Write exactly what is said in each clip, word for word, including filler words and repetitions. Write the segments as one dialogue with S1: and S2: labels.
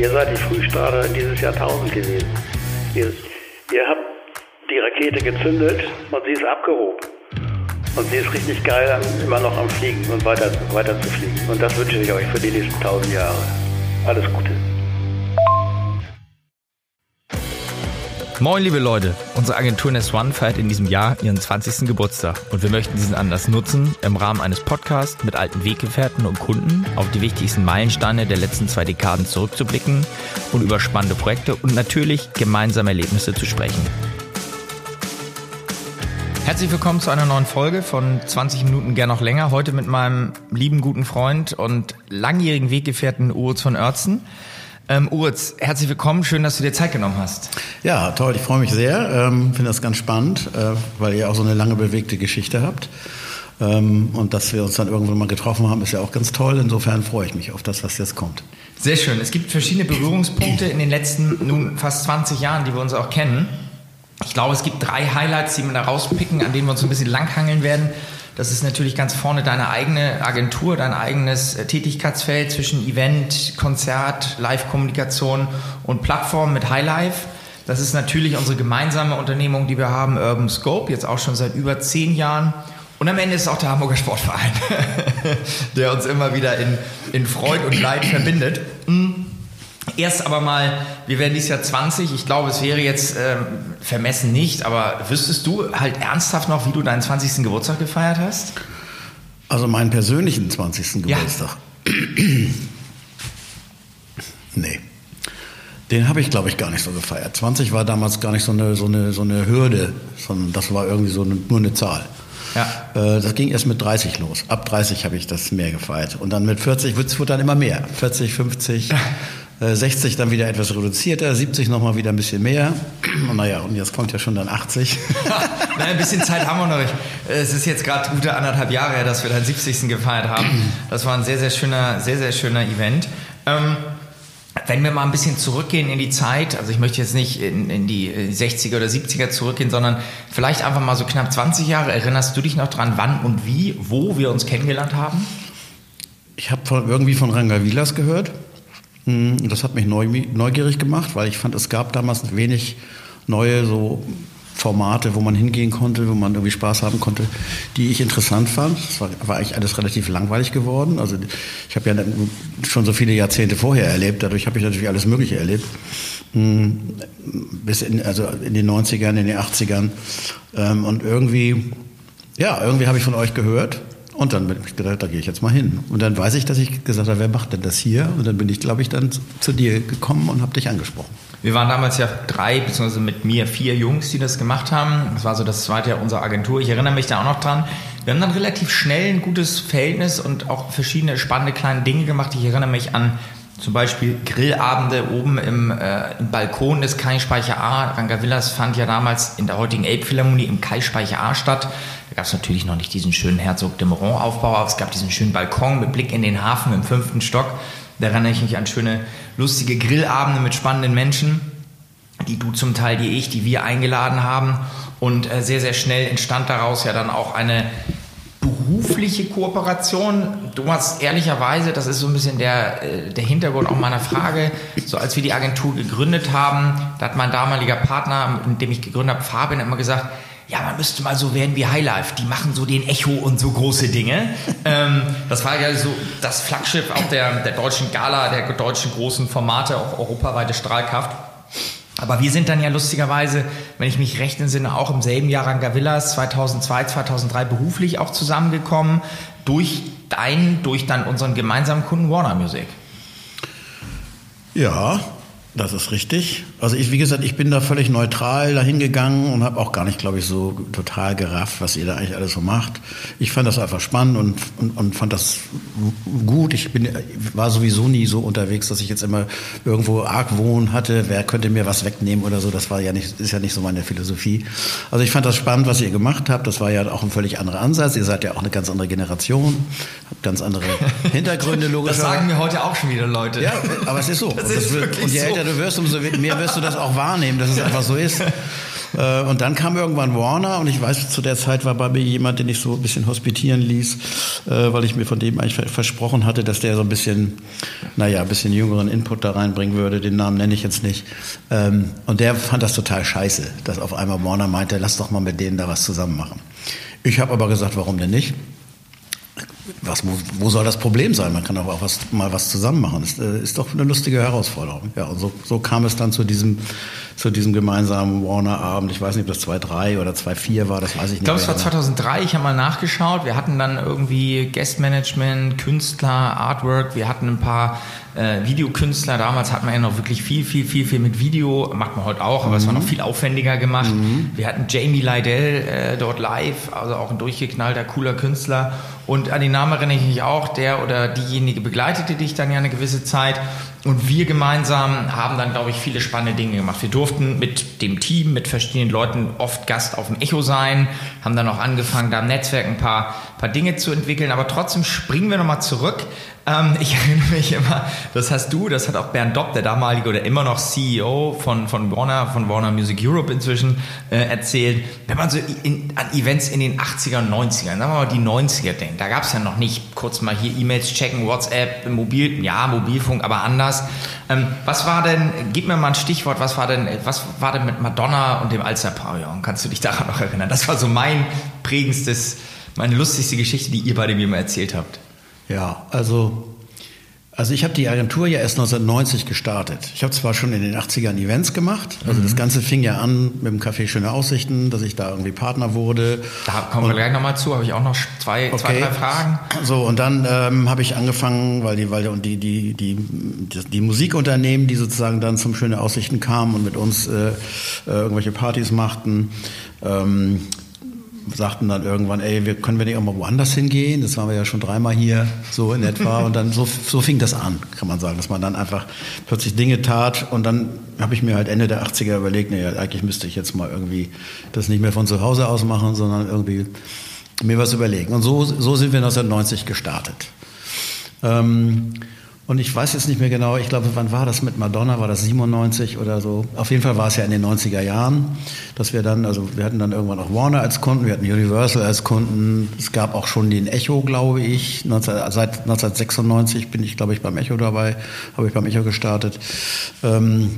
S1: Ihr seid die Frühstarter dieses Jahrtausend gewesen. Ihr, ihr habt die Rakete gezündet und sie ist abgehoben. Und sie ist richtig geil, immer noch am Fliegen und weiter, weiter zu fliegen. Und das wünsche ich euch für die nächsten tausend Jahre. Alles Gute.
S2: Moin liebe Leute, unsere Agentur Nest One feiert in diesem Jahr ihren zwanzigsten Geburtstag und wir möchten diesen Anlass nutzen, im Rahmen eines Podcasts mit alten Weggefährten und Kunden auf die wichtigsten Meilensteine der letzten zwei Dekaden zurückzublicken und über spannende Projekte und natürlich gemeinsame Erlebnisse zu sprechen. Herzlich willkommen zu einer neuen Folge von zwanzig Minuten gern noch länger, heute mit meinem lieben guten Freund und langjährigen Weggefährten Uritz von Oertzen. Ähm, Uritz, herzlich willkommen, schön, dass du dir Zeit genommen hast.
S3: Ja, toll, ich freue mich sehr, ähm, finde das ganz spannend, äh, weil ihr auch so eine lange bewegte Geschichte habt. Ähm, und dass wir uns dann irgendwann mal getroffen haben, ist ja auch ganz toll. Insofern freue ich mich auf das, was jetzt kommt.
S2: Sehr schön, es gibt verschiedene Berührungspunkte in den letzten nun fast zwanzig Jahren, die wir uns auch kennen. Ich glaube, es gibt drei Highlights, die wir da rauspicken, an denen wir uns ein bisschen langhangeln werden. Das ist natürlich ganz vorne deine eigene Agentur, dein eigenes Tätigkeitsfeld zwischen Event, Konzert, Live-Kommunikation und Plattform mit Highlife. Das ist natürlich unsere gemeinsame Unternehmung, die wir haben, Urban Scope, jetzt auch schon seit über zehn Jahren. Und am Ende ist es auch der Hamburger Sportverein, der uns immer wieder in, in Freud und Leid verbindet. Erst aber mal, wir werden dieses Jahr zwanzig, ich glaube, es wäre jetzt ähm, vermessen nicht, aber wüsstest du halt ernsthaft noch, wie du deinen zwanzigsten Geburtstag gefeiert hast?
S3: Also meinen persönlichen zwanzigsten Geburtstag? Ja. Nee. Den habe ich, glaube ich, gar nicht so gefeiert. zwanzig war damals gar nicht so eine, so eine, so eine Hürde, sondern das war irgendwie so eine, nur eine Zahl. Ja. Äh, das ging erst mit dreißig los. Ab dreißig habe ich das mehr gefeiert. Und dann mit vierzig wird es dann immer mehr. vierzig, fünfzig... sechzig dann wieder etwas reduzierter, siebzig nochmal wieder ein bisschen mehr. Und naja, und jetzt kommt ja schon dann achtzig.
S2: Nein, ein bisschen Zeit haben wir noch nicht. Es ist jetzt gerade gute anderthalb Jahre her, dass wir deinen siebzigsten gefeiert haben. Das war ein sehr, sehr schöner, sehr, sehr schöner Event. Ähm, wenn wir mal ein bisschen zurückgehen in die Zeit, also ich möchte jetzt nicht in, in die sechziger oder siebziger zurückgehen, sondern vielleicht einfach mal so knapp zwanzig Jahre. Erinnerst du dich noch dran, wann und wie, wo wir uns kennengelernt haben?
S3: Ich habe von, irgendwie von Ranga Vilas gehört. Das hat mich neugierig gemacht, weil ich fand, es gab damals wenig neue so Formate, wo man hingehen konnte, wo man irgendwie Spaß haben konnte, die ich interessant fand. Es war, war eigentlich alles relativ langweilig geworden. Also ich habe ja schon so viele Jahrzehnte vorher erlebt, dadurch habe ich natürlich alles Mögliche erlebt. Bis in, also in den neunzigern, in den achtzigern. Und irgendwie, ja, irgendwie habe ich von euch gehört. Und dann bin ich gedacht, da gehe ich jetzt mal hin. Und dann weiß ich, dass ich gesagt habe, wer macht denn das hier? Und dann bin ich, glaube ich, dann zu dir gekommen und habe dich angesprochen.
S2: Wir waren damals ja drei, beziehungsweise mit mir vier Jungs, die das gemacht haben. Das war so das zweite Jahr unserer Agentur. Ich erinnere mich da auch noch dran. Wir haben dann relativ schnell ein gutes Verhältnis und auch verschiedene spannende kleine Dinge gemacht. Ich erinnere mich an zum Beispiel Grillabende oben im, äh, im Balkon des Kai-Speicher A. Ranga Vilas fand ja damals in der heutigen Elbphilharmonie im Kai-Speicher A statt. Da gab es natürlich noch nicht diesen schönen Herzog de Meuron-Aufbau, aber es gab diesen schönen Balkon mit Blick in den Hafen im fünften Stock. Da erinnere ich mich an schöne, lustige Grillabende mit spannenden Menschen, die du zum Teil, die ich, die wir eingeladen haben. Und äh, sehr, sehr schnell entstand daraus ja dann auch eine berufliche Kooperation. Du hast ehrlicherweise, das ist so ein bisschen der, der Hintergrund auch meiner Frage, so als wir die Agentur gegründet haben, da hat mein damaliger Partner, mit dem ich gegründet habe, Fabian, immer gesagt, ja, man müsste mal so werden wie Highlife, die machen so den Echo und so große Dinge. ähm, das war ja so das Flaggschiff auch der, der deutschen Gala, der deutschen großen Formate, auch europaweite Strahlkraft. Aber wir sind dann ja lustigerweise, wenn ich mich recht entsinne, auch im selben Jahr Ranga Vilas zweitausendzwei, zweitausenddrei beruflich auch zusammengekommen durch deinen, durch dann unseren gemeinsamen Kunden Warner Music.
S3: Ja, das ist richtig. Also ich, wie gesagt, ich bin da völlig neutral dahin gegangen und habe auch gar nicht, glaube ich, so total gerafft, was ihr da eigentlich alles so macht. Ich fand das einfach spannend und, und, und fand das gut. Ich bin, war sowieso nie so unterwegs, dass ich jetzt immer irgendwo Argwohn hatte, wer könnte mir was wegnehmen oder so. Das war ja nicht, ist ja nicht so meine Philosophie. Also ich fand das spannend, was ihr gemacht habt. Das war ja auch ein völlig anderer Ansatz. Ihr seid ja auch eine ganz andere Generation, habt ganz andere Hintergründe logischerweise.
S2: Das sagen mir heute auch schon wieder Leute.
S3: Ja, aber es ist so.
S2: Das
S3: und
S2: ist
S3: das wird,
S2: wirklich
S3: und je älter älter du wirst, umso mehr wirst du das auch wahrnehmen, dass es einfach so ist. Und dann kam irgendwann Warner und ich weiß, zu der Zeit war bei mir jemand, den ich so ein bisschen hospitieren ließ, weil ich mir von dem eigentlich versprochen hatte, dass der so ein bisschen, naja, ein bisschen jüngeren Input da reinbringen würde. Den Namen nenne ich jetzt nicht. Und der fand das total scheiße, dass auf einmal Warner meinte, lass doch mal mit denen da was zusammen machen. Ich habe aber gesagt, warum denn nicht? Was, wo, wo soll das Problem sein? Man kann aber auch was, mal was zusammen machen. Das äh, ist doch eine lustige Herausforderung. Ja, und so, so kam es dann zu diesem, zu diesem gemeinsamen Warner-Abend. Ich weiß nicht, ob das zwei vier oder zwei vier war, das weiß ich nicht.
S2: Ich glaube, es war zweitausenddrei, ich habe mal nachgeschaut. Wir hatten dann irgendwie Guestmanagement, Künstler, Artwork, wir hatten ein paar äh, Videokünstler. Damals hat man ja noch wirklich viel, viel, viel, viel mit Video, macht man heute auch, aber mhm. es war noch viel aufwendiger gemacht. Mhm. Wir hatten Jamie Lydell äh, dort live, also auch ein durchgeknallter, cooler Künstler. Und an den Namen erinnere ich mich auch, der oder diejenige begleitete dich dann ja eine gewisse Zeit. Und wir gemeinsam haben dann, glaube ich, viele spannende Dinge gemacht. Wir durften mit dem Team, mit verschiedenen Leuten oft Gast auf dem Echo sein, haben dann auch angefangen, da im Netzwerk ein paar, paar Dinge zu entwickeln. Aber trotzdem springen wir nochmal zurück. Ähm, ich erinnere mich immer, das hast du, das hat auch Bernd Dopp, der damalige oder immer noch C E O von, von Warner, von Warner Music Europe inzwischen, äh, erzählt. Wenn man so in, an Events in den achtzigern und neunzigern, sagen wir mal die neunziger denkt, da gab es ja noch nicht kurz mal hier E-Mails checken, WhatsApp, Mobil, ja, Mobilfunk, aber anders. Ähm, was war denn, gib mir mal ein Stichwort, was war denn, was war denn mit Madonna und dem Alster-Pavillon? Kannst du dich daran noch erinnern? Das war so mein prägendstes, meine lustigste Geschichte, die ihr beide mir mal erzählt habt.
S3: Ja, also, also ich habe die Agentur ja erst neunzehnhundertneunzig gestartet. Ich habe zwar schon in den achtzigern Events gemacht, also mhm. das Ganze fing ja an mit dem Café Schöne Aussichten, dass ich da irgendwie Partner wurde.
S2: Da kommen wir gleich nochmal zu, habe ich auch noch zwei, okay. zwei drei Fragen.
S3: So, und dann ähm, habe ich angefangen, weil die, weil die, die, die, die, die Musikunternehmen, die sozusagen dann zum Schöne Aussichten kamen und mit uns äh, äh, irgendwelche Partys machten, ähm, sagten dann irgendwann, ey, wir können wir nicht auch mal woanders hingehen? Das waren wir ja schon dreimal hier, so in etwa. Und dann so, so fing das an, kann man sagen, dass man dann einfach plötzlich Dinge tat. Und dann habe ich mir halt Ende der achtziger überlegt, naja, eigentlich müsste ich jetzt mal irgendwie das nicht mehr von zu Hause aus machen, sondern irgendwie mir was überlegen. Und so, so sind wir neunzehnhundertneunzig gestartet. Ähm, Und ich weiß jetzt nicht mehr genau, ich glaube, wann war das mit Madonna? War das siebenundneunzig oder so? Auf jeden Fall war es ja in den neunziger Jahren, dass wir dann, also wir hatten dann irgendwann auch Warner als Kunden, wir hatten Universal als Kunden. Es gab auch schon den Echo, glaube ich. neunzehn, seit neunzehnhundertsechsundneunzig bin ich, glaube ich, beim Echo dabei, habe ich beim Echo gestartet. Ähm,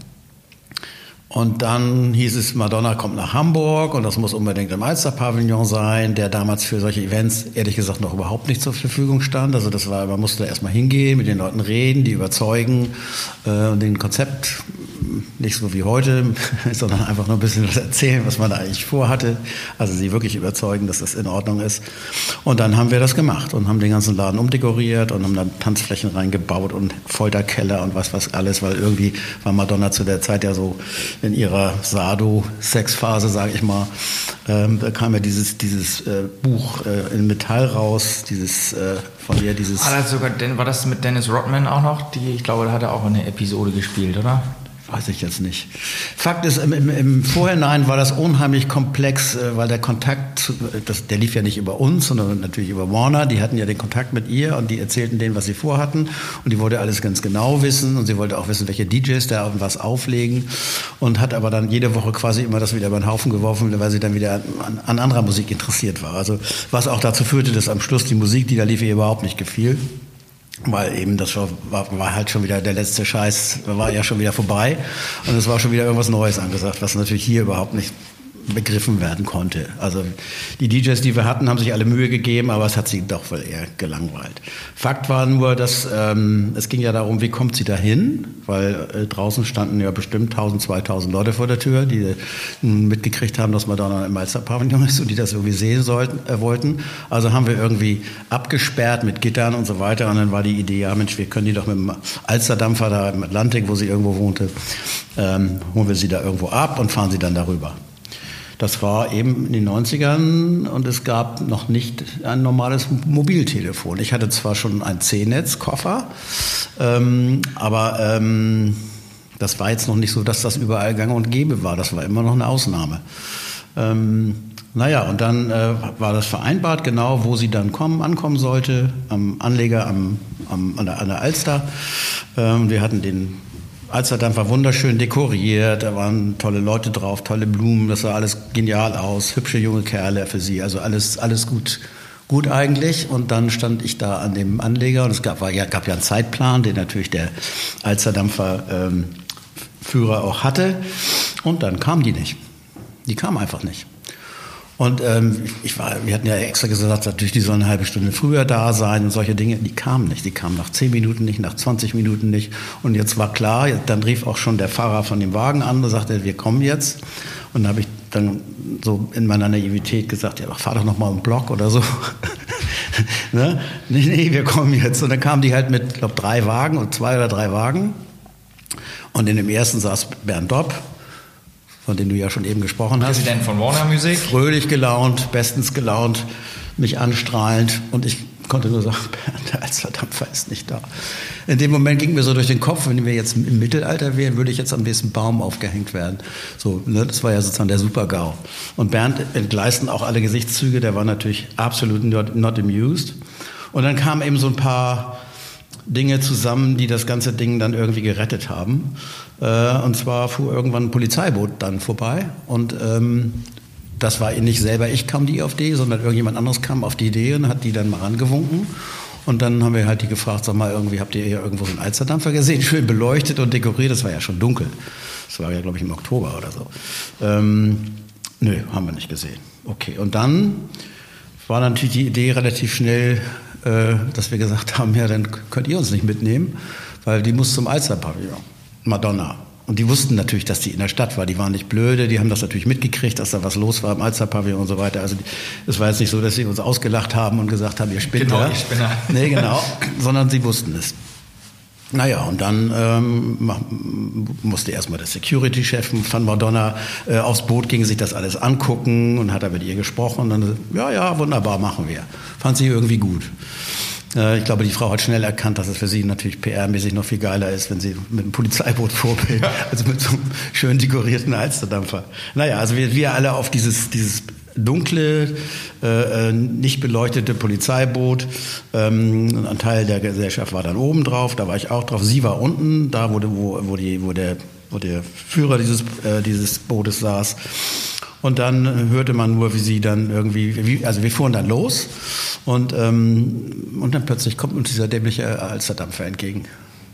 S3: Und dann hieß es, Madonna kommt nach Hamburg und das muss unbedingt im Alster-Pavillon sein, der damals für solche Events ehrlich gesagt noch überhaupt nicht zur Verfügung stand. Also das war, man musste erstmal hingehen, mit den Leuten reden, die überzeugen äh, und den Konzept nicht so wie heute, sondern einfach nur ein bisschen was erzählen, was man da eigentlich vorhatte. Also sie wirklich überzeugen, dass das in Ordnung ist. Und dann haben wir das gemacht und haben den ganzen Laden umdekoriert und haben dann Tanzflächen reingebaut und Folterkeller und was was alles, weil irgendwie war Madonna zu der Zeit ja so in ihrer Sado-Sex-Phase, sage ich mal. Ähm, da kam ja dieses, dieses äh, Buch äh, in Metall raus, dieses äh, von ihr, dieses...
S2: Ah, das sogar, war das mit Dennis Rodman auch noch? Die, ich glaube, da hat er auch eine Episode gespielt, oder?
S3: Weiß ich jetzt nicht. Fakt ist, im, im, im Vorhinein war das unheimlich komplex, weil der Kontakt, das, der lief ja nicht über uns, sondern natürlich über Warner. Die hatten ja den Kontakt mit ihr und die erzählten denen, was sie vorhatten. Und die wollte alles ganz genau wissen und sie wollte auch wissen, welche D Js da was auflegen. Und hat aber dann jede Woche quasi immer das wieder über den Haufen geworfen, weil sie dann wieder an, an anderer Musik interessiert war. Also was auch dazu führte, dass am Schluss die Musik, die da lief, ihr überhaupt nicht gefiel. Weil eben das war, war halt schon wieder der letzte Scheiß, war ja schon wieder vorbei und es war schon wieder irgendwas Neues angesagt, was natürlich hier überhaupt nicht begriffen werden konnte. Also die D Js, die wir hatten, haben sich alle Mühe gegeben, aber es hat sie doch wohl eher gelangweilt. Fakt war nur, dass ähm, es ging ja darum, wie kommt sie dahin, weil äh, draußen standen ja bestimmt tausend, zweitausend Leute vor der Tür, die äh, mitgekriegt haben, dass Madonna im Alster-Pavillon ist und die das irgendwie sehen sollten, äh, wollten. Also haben wir irgendwie abgesperrt mit Gittern und so weiter und dann war die Idee, ja Mensch, wir können die doch mit dem Alsterdampfer da im Atlantik, wo sie irgendwo wohnte, ähm, holen wir sie da irgendwo ab und fahren sie dann darüber. Das war eben in den neunzigern und es gab noch nicht ein normales Mobiltelefon. Ich hatte zwar schon ein C-Netz-Koffer, ähm, aber ähm, das war jetzt noch nicht so, dass das überall gang und gäbe war. Das war immer noch eine Ausnahme. Ähm, naja, und dann äh, war das vereinbart, genau, wo sie dann kommen, ankommen sollte, am Anleger am, am, an, der, an der Alster. Ähm, wir hatten den Alsterdampf war wunderschön dekoriert, da waren tolle Leute drauf, tolle Blumen, das sah alles genial aus, hübsche junge Kerle für sie, also alles, alles gut, gut eigentlich. Und dann stand ich da an dem Anleger und es gab, war, ja, gab ja einen Zeitplan, den natürlich der Alsterdampfer ähm, Führer auch hatte. Und dann kam die nicht. Die kam einfach nicht. Und ähm, ich war, wir hatten ja extra gesagt, natürlich, die sollen eine halbe Stunde früher da sein und solche Dinge. Die kamen nicht. Die kamen nach zehn Minuten nicht, nach zwanzig Minuten nicht. Und jetzt war klar, dann rief auch schon der Fahrer von dem Wagen an und sagte, wir kommen jetzt. Und dann habe ich dann so in meiner Naivität gesagt, ja, fahr doch noch mal einen Block oder so. ne? Nee, nee, wir kommen jetzt. Und dann kamen die halt mit, ich glaube, drei Wagen und zwei oder drei Wagen. Und in dem ersten saß Bernd Dopp, von dem du ja schon eben gesprochen hast.
S2: Präsident von Warner Music.
S3: Fröhlich gelaunt, bestens gelaunt, mich anstrahlend. Und ich konnte nur sagen, Bernd, der Alsterdampfer ist nicht da. In dem Moment ging mir so durch den Kopf, wenn wir jetzt im Mittelalter wären, würde ich jetzt am nächsten Baum aufgehängt werden. So, ne, das war ja sozusagen der Super-GAU. Und Bernd entgleisten auch alle Gesichtszüge, der war natürlich absolut not, not amused. Und dann kamen eben so ein paar Dinge zusammen, die das ganze Ding dann irgendwie gerettet haben. Und zwar fuhr irgendwann ein Polizeiboot dann vorbei und ähm, das war nicht selber ich kam die auf die Idee, sondern irgendjemand anderes kam auf die Idee und hat die dann mal rangewunken. Und dann haben wir halt die gefragt, sag mal, irgendwie habt ihr hier irgendwo so einen Alsterdampfer gesehen, schön beleuchtet und dekoriert, das war ja schon dunkel. Das war ja, glaube ich, im Oktober oder so. Ähm, nö, haben wir nicht gesehen. Okay, und dann war natürlich die Idee relativ schnell, äh, dass wir gesagt haben, ja, dann könnt ihr uns nicht mitnehmen, weil die muss zum Alsterpavillon. Madonna. Und die wussten natürlich, dass die in der Stadt war. Die waren nicht blöde, die haben das natürlich mitgekriegt, dass da was los war im Alsterpavillon und so weiter. Also es war jetzt nicht so, dass sie uns ausgelacht haben und gesagt haben, ihr spinnt.
S2: Genau, ihr Spinner.
S3: Nee, genau, sondern sie wussten es. Naja, und dann ähm, musste erstmal der Security-Chef von Madonna äh, aufs Boot, ging sich das alles angucken und hat da mit ihr gesprochen. Und dann, ja, ja, wunderbar, machen wir. Fand sie irgendwie gut. Ich glaube, die Frau hat schnell erkannt, dass es für sie natürlich P R-mäßig noch viel geiler ist, wenn sie mit einem Polizeiboot vorbildet, ja. Also mit so einem schön dekorierten Alsterdampfer. Naja, also wir, wir alle auf dieses, dieses dunkle, äh, nicht beleuchtete Polizeiboot. Ähm, ein Teil der Gesellschaft war dann oben drauf, da war ich auch drauf. Sie war unten, da wo, wo, wo, die, wo, der, wo der Führer dieses, äh, dieses Bootes saß. Und dann hörte man nur, wie sie dann irgendwie, wie, also wir fuhren dann los und, ähm, und dann plötzlich kommt uns dieser dämliche Alsterdampfer entgegen.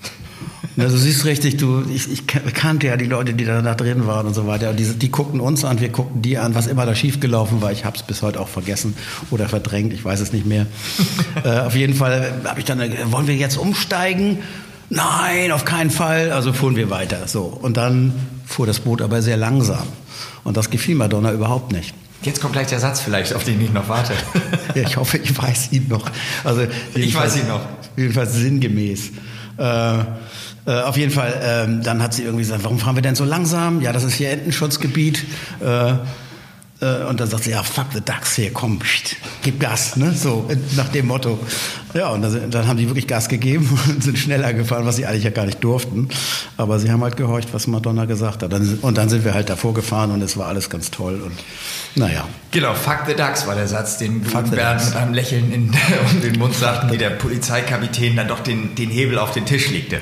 S3: Also du siehst richtig, du, ich, ich kannte ja die Leute, die da, da drin waren und so weiter. Und die, die guckten uns an, wir guckten die an, was immer da schiefgelaufen war. Ich habe es bis heute auch vergessen oder verdrängt, ich weiß es nicht mehr. äh, auf jeden Fall habe ich dann, wollen wir jetzt umsteigen? Nein, auf keinen Fall. Also fuhren wir weiter. So. Und dann fuhr das Boot aber sehr langsam. Und das gefiel Madonna überhaupt nicht.
S2: Jetzt kommt gleich der Satz vielleicht, auf den ich noch warte.
S3: Ja, ich hoffe, ich weiß ihn noch. Also
S2: ich weiß ihn noch.
S3: Jedenfalls sinngemäß. Äh, äh, auf jeden Fall, äh, dann hat sie irgendwie gesagt, warum fahren wir denn so langsam? Ja, das ist hier Entenschutzgebiet. Äh, Und dann sagt sie, ja, fuck the ducks hier, komm, pst, gib Gas, ne? So, nach dem Motto. Ja, und dann, dann haben die wirklich Gas gegeben und sind schneller gefahren, was sie eigentlich ja gar nicht durften. Aber sie haben halt gehorcht, was Madonna gesagt hat. Und dann sind wir halt davor gefahren und es war alles ganz toll und naja.
S2: Genau, fuck the ducks war der Satz, den Bernd mit einem Lächeln in, um den Mund sagten, wie der Polizeikapitän dann doch den, den Hebel auf den Tisch legte.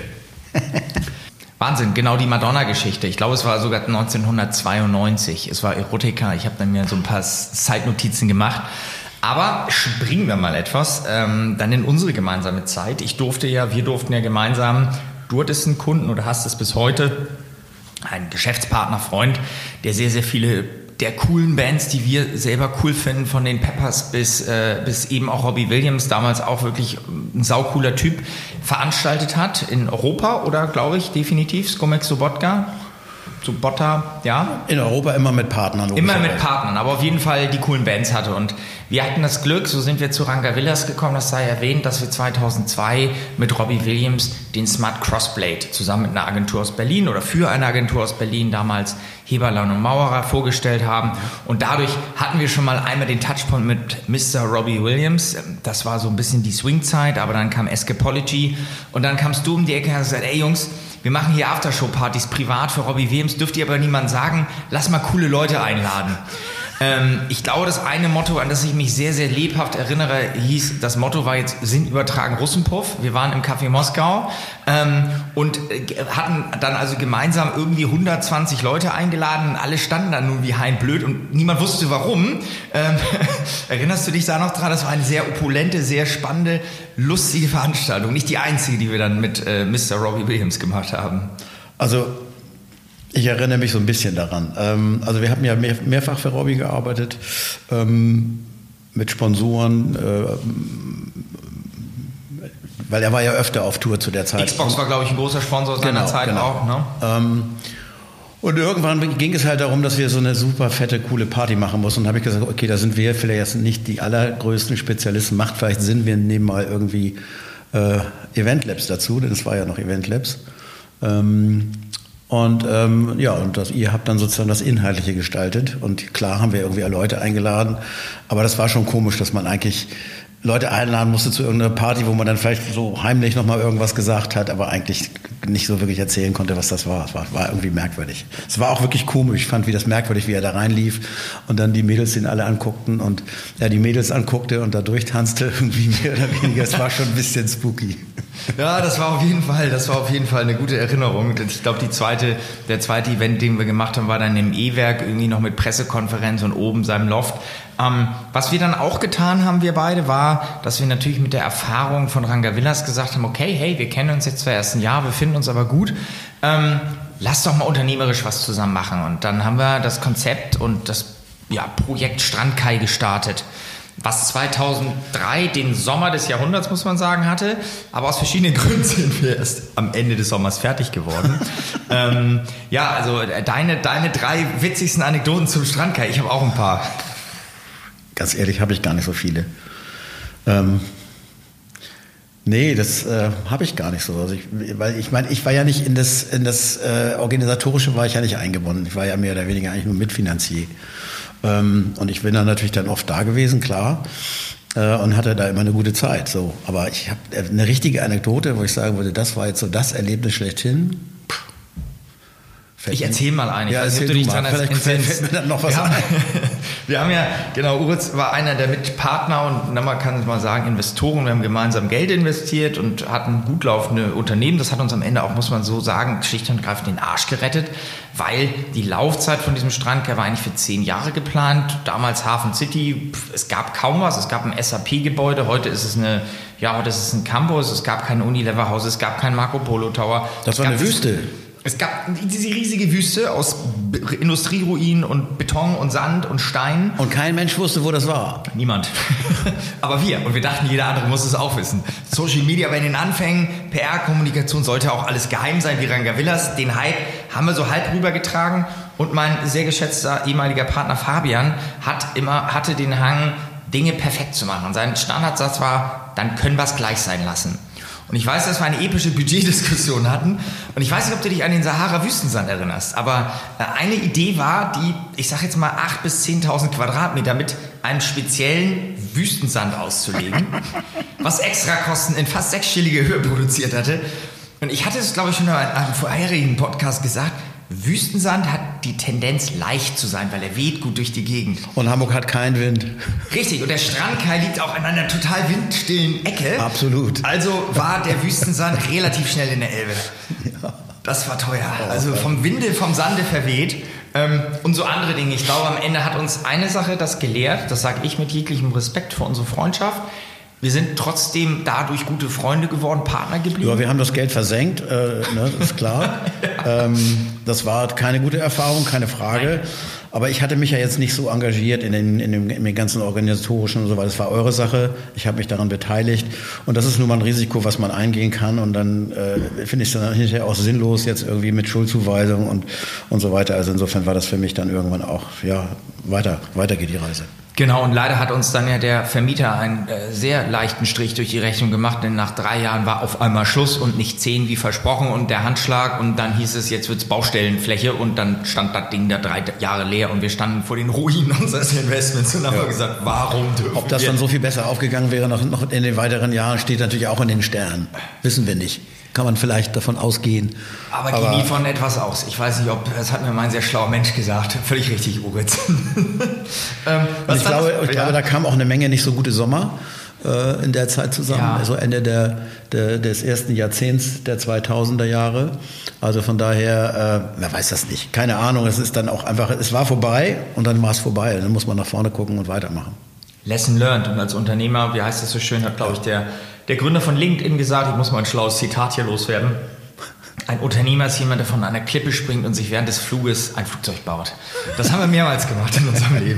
S2: Wahnsinn, genau die Madonna-Geschichte. Ich glaube, es war sogar neunzehnhundertzweiundneunzig. Es war Erotika. Ich habe dann mir so ein paar Zeitnotizen gemacht. Aber springen wir mal etwas ähm, dann in unsere gemeinsame Zeit. Ich durfte ja, wir durften ja gemeinsam, du hattest einen Kunden oder hast es bis heute, einen Geschäftspartner, Freund, der sehr, sehr viele der coolen Bands, die wir selber cool finden, von den Peppers bis, äh, bis eben auch Robbie Williams, damals auch wirklich ein saucooler Typ, veranstaltet hat in Europa oder, glaube ich, definitiv, Skomek Sobotka, Sobotta, ja.
S3: In Europa immer mit Partnern.
S2: Immer mit Partnern, aber auf jeden Fall die coolen Bands hatte. Und wir hatten das Glück, so sind wir zu Rangavillas gekommen, das sei erwähnt, dass wir zweitausendzwei mit Robbie Williams den Smart Crossblade zusammen mit einer Agentur aus Berlin oder für eine Agentur aus Berlin damals Heberlein und Maurer vorgestellt haben. Und dadurch hatten wir schon mal einmal den Touchpoint mit Mister Robbie Williams. Das war so ein bisschen die Swing-Zeit, aber dann kam Escapology und dann kamst du um die Ecke und hast gesagt, ey Jungs, wir machen hier Aftershow-Partys privat für Robbie Williams, dürft ihr aber niemand sagen, lass mal coole Leute einladen. Ähm, ich glaube, das eine Motto, an das ich mich sehr, sehr lebhaft erinnere, hieß, das Motto war jetzt, Sinn übertragen Russenpuff. Wir waren im Café Moskau ähm, und äh, hatten dann also gemeinsam irgendwie hundertzwanzig Leute eingeladen und alle standen dann nun wie Hein blöd und niemand wusste warum. Ähm, erinnerst du dich da noch dran? Das war eine sehr opulente, sehr spannende, lustige Veranstaltung. Nicht die einzige, die wir dann mit äh, Mister Robbie Williams gemacht haben.
S3: Also ich erinnere mich so ein bisschen daran. Ähm, also wir haben ja mehr, mehrfach für Robbie gearbeitet, ähm, mit Sponsoren, äh, weil er war ja öfter auf Tour zu der Zeit.
S2: Xbox war, glaube ich, ein großer Sponsor seiner
S3: genau,
S2: Zeit
S3: genau.
S2: auch. Ne?
S3: Ähm, und irgendwann ging es halt darum, dass wir so eine super fette, coole Party machen mussten. Und dann habe ich gesagt, okay, da sind wir vielleicht jetzt nicht die allergrößten Spezialisten. Macht vielleicht Sinn, wir nehmen mal irgendwie äh, Event Labs dazu, denn es war ja noch Event Labs. Ähm, Und ähm, ja, und das, ihr habt dann sozusagen das Inhaltliche gestaltet. Und klar haben wir irgendwie Leute eingeladen, aber das war schon komisch, dass man eigentlich Leute einladen musste zu irgendeiner Party, wo man dann vielleicht so heimlich nochmal irgendwas gesagt hat, aber eigentlich nicht so wirklich erzählen konnte, was das war. Es war, war irgendwie merkwürdig. Es war auch wirklich komisch. Ich fand wie das merkwürdig, wie er da reinlief und dann die Mädels ihn alle anguckten und er die Mädels anguckte und da durchtanzte irgendwie mehr oder weniger. Es war schon ein bisschen spooky.
S2: Ja, das war auf jeden Fall, das war auf jeden Fall eine gute Erinnerung. Ich glaube, die zweite, der zweite Event, den wir gemacht haben, war dann im E-Werk, irgendwie noch mit Pressekonferenz und oben seinem Loft. Ähm, was wir dann auch getan haben, wir beide, war, dass wir natürlich mit der Erfahrung von Ranga Villas gesagt haben, okay, hey, wir kennen uns jetzt zwar erst ein Jahr, wir finden uns aber gut, ähm, lass doch mal unternehmerisch was zusammen machen. Und dann haben wir das Konzept und das ja, Projekt Strandkai gestartet, was zweitausenddrei den Sommer des Jahrhunderts, muss man sagen, hatte. Aber aus verschiedenen Gründen sind wir erst am Ende des Sommers fertig geworden. ähm, ja, also deine, deine drei witzigsten Anekdoten zum Strandkai. Ich habe auch ein paar.
S3: Ganz ehrlich, habe ich gar nicht so viele. Ähm, nee, das äh, habe ich gar nicht so. Also ich, weil ich meine, ich war ja nicht in das, in das äh, Organisatorische war ich ja nicht eingebunden. Ich war ja mehr oder weniger eigentlich nur Mitfinanzier. Ähm, und ich bin dann natürlich dann oft da gewesen, klar, äh, und hatte da immer eine gute Zeit. So. Aber ich habe eine richtige Anekdote, wo ich sagen würde, das war jetzt so das Erlebnis schlechthin.
S2: Ich erzähle mal eine.
S3: Ja,
S2: ich weiß nicht, ob du dich dran
S3: Vielleicht fällt mir dann noch was
S2: wir
S3: ein.
S2: Haben, wir haben ja, genau, Uritz war einer der Mitpartner und na, man kann es mal sagen, Investoren. Wir haben gemeinsam Geld investiert und hatten gut laufende Unternehmen. Das hat uns am Ende auch, muss man so sagen, schlicht und greifend den Arsch gerettet, weil die Laufzeit von diesem Strandkai war eigentlich für zehn Jahre geplant. Damals Hafen City, es gab kaum was. Es gab ein S A P-Gebäude. Heute ist es eine, ja, heute ist es ein Campus. Es gab kein Unilever-Haus. Es gab kein Marco Polo Tower.
S3: Das war eine Wüste.
S2: Es gab diese riesige Wüste aus Industrieruinen und Beton und Sand und Stein.
S3: Und kein Mensch wusste, wo das war.
S2: Niemand. Aber wir. Und wir dachten, jeder andere muss es auch wissen. Social Media war in den Anfängen, P R-Kommunikation sollte auch alles geheim sein, wie Ranga Villas. Den Hype haben wir so halb rübergetragen. Und mein sehr geschätzter ehemaliger Partner Fabian hat immer, hatte den Hang, Dinge perfekt zu machen. Und sein Standardsatz war, dann können wir es gleich sein lassen. Und ich weiß, dass wir eine epische Budgetdiskussion hatten. Und ich weiß nicht, ob du dich an den Sahara-Wüstensand erinnerst. Aber eine Idee war, die, ich sag jetzt mal, achttausend bis zehntausend Quadratmeter mit einem speziellen Wüstensand auszulegen, was Extrakosten in fast sechsstellige Höhe produziert hatte. Und ich hatte es, glaube ich, schon in einem vorherigen Podcast gesagt, Wüstensand hat die Tendenz, leicht zu sein, weil er weht gut durch die Gegend.
S3: Und Hamburg hat keinen Wind.
S2: Richtig, und der Strandkai liegt auch in einer total windstillen Ecke.
S3: Absolut.
S2: Also war der Wüstensand relativ schnell in der Elbe.
S3: Ja.
S2: Das war teuer. Also vom Winde, vom Sande verweht. Ähm, und so andere Dinge. Ich glaube, am Ende hat uns eine Sache das gelehrt, das sage ich mit jeglichem Respekt für unsere Freundschaft. Wir sind trotzdem dadurch gute Freunde geworden, Partner geblieben.
S3: Ja, wir haben das Geld versenkt, äh, ne, das ist klar. ja. ähm, das war keine gute Erfahrung, keine Frage. Nein. Aber ich hatte mich ja jetzt nicht so engagiert in den, in dem, in den ganzen organisatorischen und so weiter. Das war eure Sache. Ich habe mich daran beteiligt. Und das ist nun mal ein Risiko, was man eingehen kann. Und dann äh, finde ich es dann hinterher auch sinnlos, jetzt irgendwie mit Schuldzuweisung und, und so weiter. Also insofern war das für mich dann irgendwann auch, ja, weiter, weiter geht die Reise.
S2: Genau, und leider hat uns dann ja der Vermieter einen äh, sehr leichten Strich durch die Rechnung gemacht, denn nach drei Jahren war auf einmal Schluss und nicht zehn wie versprochen und der Handschlag und dann hieß es, jetzt wird's Baustellenfläche und dann stand das Ding da drei Jahre leer und wir standen vor den Ruinen unseres Investments und haben ja. gesagt, warum dürfen
S3: Ob das
S2: wir?
S3: Dann so viel besser aufgegangen wäre noch, noch in den weiteren Jahren, steht natürlich auch in den Sternen. Wissen wir nicht. kann man vielleicht davon ausgehen.
S2: Aber, Aber geh nie von etwas aus. Ich weiß nicht, ob, das hat mir mal ein sehr schlauer Mensch gesagt. Völlig richtig, Uritz. ähm, was
S3: ich glaube, ich ja. glaube, da kam auch eine Menge nicht so gute Sommer äh, in der Zeit zusammen. Ja. Also Ende der, der, des ersten Jahrzehnts der zweitausender Jahre. Also von daher, äh, wer weiß das nicht. Keine Ahnung, es ist dann auch einfach, es war vorbei und dann war es vorbei. Dann muss man nach vorne gucken und weitermachen.
S2: Lesson learned. Und als Unternehmer, wie heißt das so schön, hat, glaube ich, der, der Gründer von LinkedIn gesagt, ich muss mal ein schlaues Zitat hier loswerden. Ein Unternehmer ist jemand, der von einer Klippe springt und sich während des Fluges ein Flugzeug baut. Das haben wir mehrmals gemacht in unserem Leben.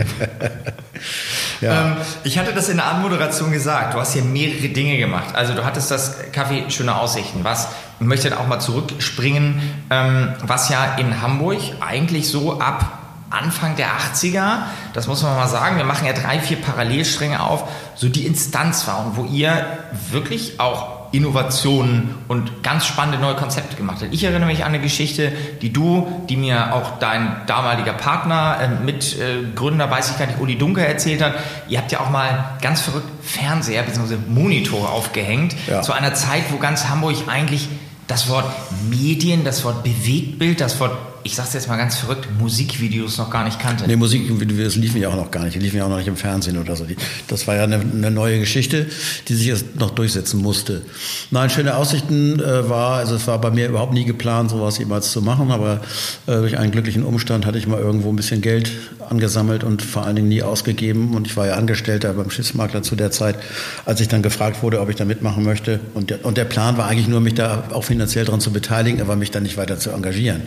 S2: Ja. Ähm, ich hatte das in der Anmoderation gesagt. Du hast hier mehrere Dinge gemacht. Also du hattest das Café Schöne Aussichten. Was, ich möchte da auch mal zurückspringen, ähm, was ja in Hamburg eigentlich so ab Anfang der achtziger, das muss man mal sagen, wir machen ja drei, vier Parallelstränge auf, so die Instanz war und wo ihr wirklich auch Innovationen und ganz spannende neue Konzepte gemacht habt. Ich erinnere mich an eine Geschichte, die du, die mir auch dein damaliger Partner, äh, Mitgründer, äh, weiß ich gar nicht, Uli Dunker erzählt hat. Ihr habt ja auch mal ganz verrückt Fernseher bzw. Monitor aufgehängt, ja. Zu einer Zeit, wo ganz Hamburg eigentlich das Wort Medien, das Wort Bewegtbild, das Wort, ich sag's jetzt mal ganz verrückt, Musikvideos noch gar nicht kannte.
S3: Nee, Musikvideos liefen ja auch noch gar nicht. Die liefen ja auch noch nicht im Fernsehen oder so. Das war ja eine, eine neue Geschichte, die sich erst noch durchsetzen musste. Nein, Schöne Aussichten äh, war, also es war bei mir überhaupt nie geplant, sowas jemals zu machen, aber äh, durch einen glücklichen Umstand hatte ich mal irgendwo ein bisschen Geld angesammelt und vor allen Dingen nie ausgegeben. Und ich war ja Angestellter beim Schiffsmakler zu der Zeit, als ich dann gefragt wurde, ob ich da mitmachen möchte. Und der, und der Plan war eigentlich nur, mich da auch finanziell dran zu beteiligen, aber mich dann nicht weiter zu engagieren.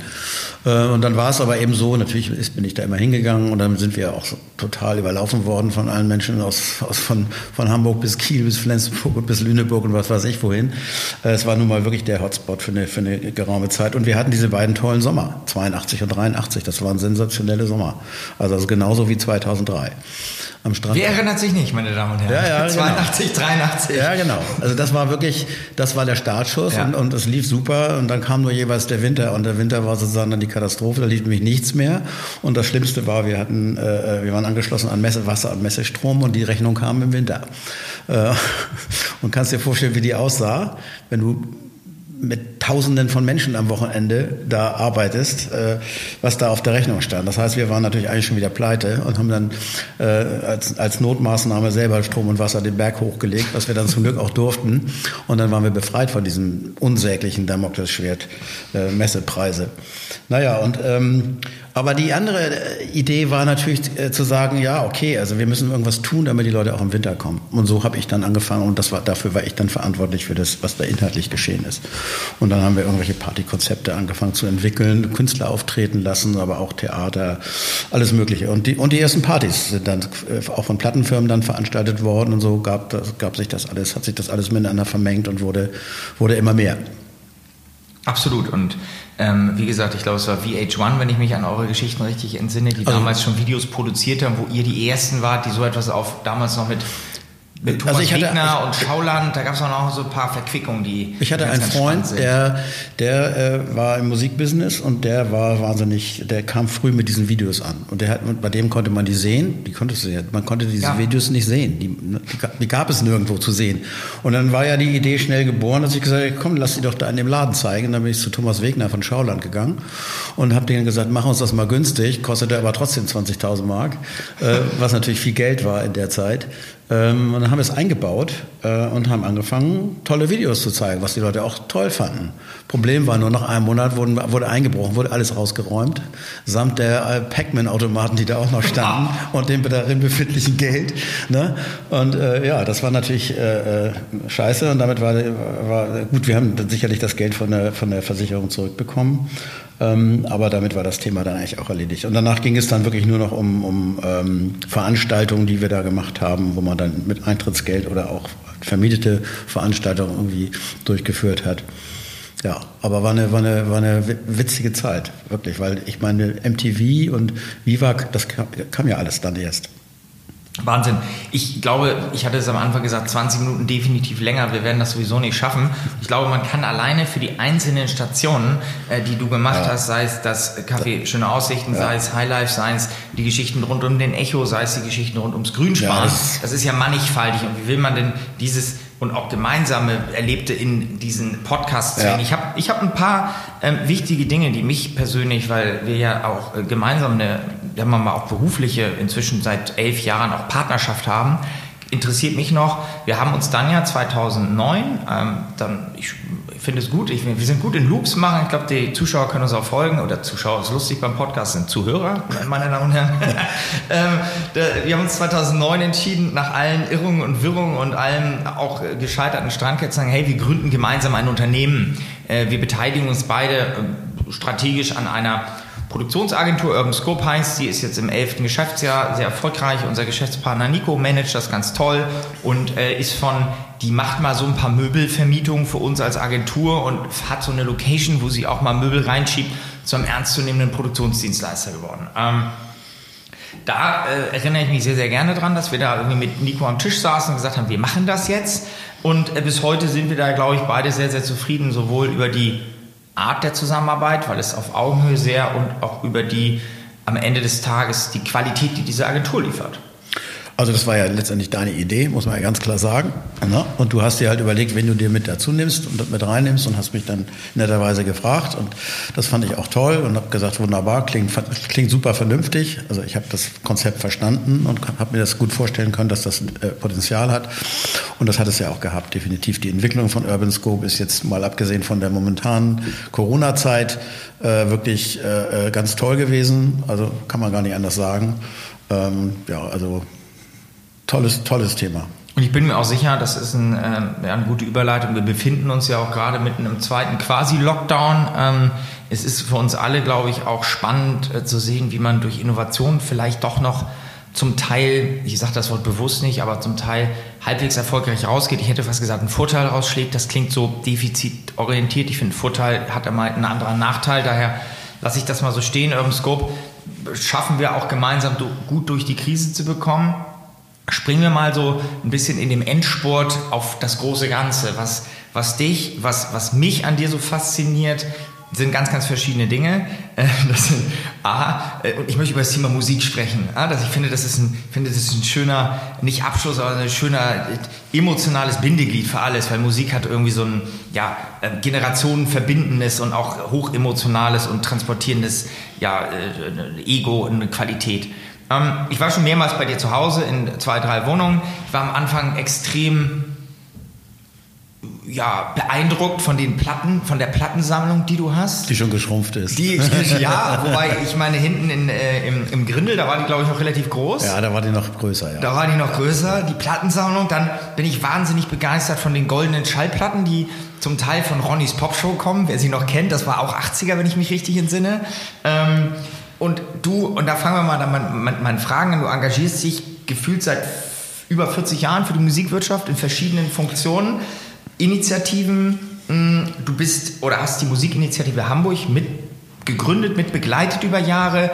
S3: Und dann war es aber eben so, natürlich ist, bin ich da immer hingegangen und dann sind wir auch so total überlaufen worden von allen Menschen aus, aus von, von Hamburg bis Kiel bis Flensburg und bis Lüneburg und was weiß ich wohin. Es war nun mal wirklich der Hotspot für eine, für eine geraume Zeit und wir hatten diese beiden tollen Sommer, zweiundachtzig und dreiundachtzig, das waren sensationelle Sommer. Also, also genauso wie zweitausenddrei. Am Strand.
S2: Wer erinnert sich nicht, meine Damen und Herren?
S3: Ja, ja,
S2: zweiundachtzig,
S3: genau.
S2: dreiundachtzig.
S3: Ja, genau. Also das war wirklich, das war der Startschuss ja. und, und es lief super und dann kam nur jeweils der Winter und der Winter war sozusagen dann die Katastrophe, da lief nämlich nichts mehr und das Schlimmste war, wir hatten, äh, wir waren angeschlossen an Messewasser und Messestrom und die Rechnung kam im Winter. Äh, und kannst dir vorstellen, wie die aussah, wenn du mit Tausenden von Menschen am Wochenende da arbeitest, äh, was da auf der Rechnung stand. Das heißt, wir waren natürlich eigentlich schon wieder pleite und haben dann äh, als, als Notmaßnahme selber Strom und Wasser den Berg hochgelegt, was wir dann zum Glück auch durften. Und dann waren wir befreit von diesem unsäglichen Damoklesschwert äh, Messepreise. Naja, und ähm, aber die andere Idee war natürlich äh, zu sagen, ja, okay, also wir müssen irgendwas tun, damit die Leute auch im Winter kommen. Und so habe ich dann angefangen und das war, dafür war ich dann verantwortlich für das, was da inhaltlich geschehen ist. Und dann haben wir irgendwelche Partykonzepte angefangen zu entwickeln, Künstler auftreten lassen, aber auch Theater, alles Mögliche. Und die, und die ersten Partys sind dann äh, auch von Plattenfirmen dann veranstaltet worden und so gab, das, gab sich das alles, hat sich das alles miteinander vermengt und wurde, wurde immer mehr.
S2: Absolut. Und ähm, wie gesagt, ich glaube, es war V H eins, wenn ich mich an eure Geschichten richtig entsinne, die also, damals schon Videos produziert haben, wo ihr die Ersten wart, die so etwas auf, damals noch mit, mit Thomas also ich hatte, Wegner und Schauland, da gab es auch noch so ein paar Verquickungen, die
S3: Ich hatte
S2: ganz,
S3: einen
S2: ganz
S3: Freund, der, der äh, war im Musikbusiness und der war wahnsinnig, der kam früh mit diesen Videos an. Und der hat, bei dem konnte man die sehen, die konntest du, man konnte diese ja. Videos nicht sehen, die, die, die gab es nirgendwo zu sehen. Und dann war ja die Idee schnell geboren, dass ich gesagt habe, komm, lass die doch da in dem Laden zeigen. Und dann bin ich zu Thomas Wegner von Schauland gegangen und habe denen gesagt, mach uns das mal günstig, kostete aber trotzdem zwanzigtausend Mark, äh, was natürlich viel Geld war in der Zeit. Ähm, und dann haben wir es eingebaut äh, und haben angefangen, tolle Videos zu zeigen, was die Leute auch toll fanden. Problem war nur, nach einem Monat wurden, wurde eingebrochen, wurde alles rausgeräumt, samt der äh, Pac-Man-Automaten, die da auch noch standen und dem darin befindlichen Geld. Ne? Und äh, ja, das war natürlich äh, scheiße und damit war, war gut, wir haben sicherlich das Geld von der, von der Versicherung zurückbekommen. Ähm, aber damit war das Thema dann eigentlich auch erledigt. Und danach ging es dann wirklich nur noch um, um ähm, Veranstaltungen, die wir da gemacht haben, wo man dann mit Eintrittsgeld oder auch vermietete Veranstaltungen irgendwie durchgeführt hat. Ja, aber war eine, war eine, war eine witzige Zeit, wirklich, weil ich meine, M T V und Viva, das kam, kam ja alles dann erst.
S2: Wahnsinn. Ich glaube, ich hatte es am Anfang gesagt, zwanzig Minuten definitiv länger. Wir werden das sowieso nicht schaffen. Ich glaube, man kann alleine für die einzelnen Stationen, äh, die du gemacht ja. hast, sei es das Café Schöne Aussichten, ja. sei es Highlife, sei es die Geschichten rund um den Echo, sei es die Geschichten rund ums Grünspan. Ja, das,
S3: das
S2: ist ja mannigfaltig. Und wie will man denn dieses und auch gemeinsame erlebte in diesen Podcasts.
S3: Ja.
S2: Ich habe ich hab ein paar ähm, wichtige Dinge, die mich persönlich, weil wir ja auch äh, gemeinsam eine, sagen wir mal auch berufliche, inzwischen seit elf Jahren auch Partnerschaft haben, interessiert mich noch. Wir haben uns dann ja zweitausendneun, ähm, dann, ich finde es gut, ich, wir sind gut in Loops machen. Ich glaube, die Zuschauer können uns auch folgen. Oder Zuschauer ist lustig beim Podcast, sind Zuhörer, meine Damen und Herren. ähm, da, wir haben uns zweitausendneun entschieden, nach allen Irrungen und Wirrungen und allen auch gescheiterten Strandketten zu sagen, hey, wir gründen gemeinsam ein Unternehmen. Äh, wir beteiligen uns beide äh, strategisch an einer Produktionsagentur, Urban Scope heißt, die ist jetzt im elften Geschäftsjahr sehr erfolgreich. Unser Geschäftspartner Nico managt das ganz toll und äh, ist von, die macht mal so ein paar Möbelvermietungen für uns als Agentur und hat so eine Location, wo sie auch mal Möbel reinschiebt, zu einem ernstzunehmenden Produktionsdienstleister geworden. Ähm, da äh, erinnere ich mich sehr, sehr gerne dran, dass wir da irgendwie mit Nico am Tisch saßen und gesagt haben, wir machen das jetzt. Und äh, bis heute sind wir da, glaube ich, beide sehr, sehr zufrieden, sowohl über die Art der Zusammenarbeit, weil es auf Augenhöhe sehr und auch über die am Ende des Tages die Qualität, die diese Agentur liefert.
S3: Also das war ja letztendlich deine Idee, muss man ja ganz klar sagen. Und du hast dir halt überlegt, wen du dir mit dazu nimmst und mit reinnimmst und hast mich dann netterweise gefragt. Und das fand ich auch toll und habe gesagt, wunderbar, klingt, klingt super vernünftig. Also ich habe das Konzept verstanden und habe mir das gut vorstellen können, dass das äh, Potenzial hat. Und das hat es ja auch gehabt, definitiv. Die Entwicklung von Urban Scope ist jetzt mal abgesehen von der momentanen Corona-Zeit äh, wirklich äh, ganz toll gewesen. Also kann man gar nicht anders sagen. Ähm, ja, also Tolles, tolles Thema.
S2: Und ich bin mir auch sicher, das ist ein, äh, eine gute Überleitung. Wir befinden uns ja auch gerade mitten im zweiten Quasi-Lockdown. Ähm, es ist für uns alle, glaube ich, auch spannend äh, zu sehen, wie man durch Innovation vielleicht doch noch zum Teil, ich sage das Wort bewusst nicht, aber zum Teil halbwegs erfolgreich rausgeht. Ich hätte fast gesagt, einen Vorteil rausschlägt. Das klingt so defizitorientiert. Ich finde, Vorteil hat einmal einen anderen Nachteil. Daher lasse ich das mal so stehen. Urban Scope schaffen wir auch gemeinsam gut durch die Krise zu bekommen. Springen wir mal so ein bisschen in dem Endspurt auf das große Ganze. Was, was dich, was, was mich an dir so fasziniert, sind ganz, ganz verschiedene Dinge. Das sind A, und ich möchte über das Thema Musik sprechen. Ich finde, das ist ein, finde, das ist ein schöner, nicht Abschluss, aber ein schöner emotionales Bindeglied für alles, weil Musik hat irgendwie so ein, ja, generationenverbindendes und auch hochemotionales und transportierendes, ja, Ego und eine Qualität. Ich war schon mehrmals bei dir zu Hause in zwei, drei Wohnungen. Ich war am Anfang extrem ja, beeindruckt von den Platten, von der Plattensammlung, die du hast.
S3: Die schon geschrumpft ist.
S2: Die, ja, wobei ich meine, hinten in, äh, im, im Grindel, da war die, glaube ich, noch relativ groß.
S3: Ja, da war die noch größer, ja.
S2: Da war die noch größer, die Plattensammlung. Dann bin ich wahnsinnig begeistert von den goldenen Schallplatten, die zum Teil von Ronnys Popshow kommen. Wer sie noch kennt, das war auch achtziger, wenn ich mich richtig entsinne. Ähm, Und du, und da fangen wir mal an meinen mein Fragen an, du engagierst dich gefühlt seit über vierzig Jahren für die Musikwirtschaft in verschiedenen Funktionen, Initiativen. Du bist oder hast die Musikinitiative Hamburg mit gegründet, mit begleitet über Jahre.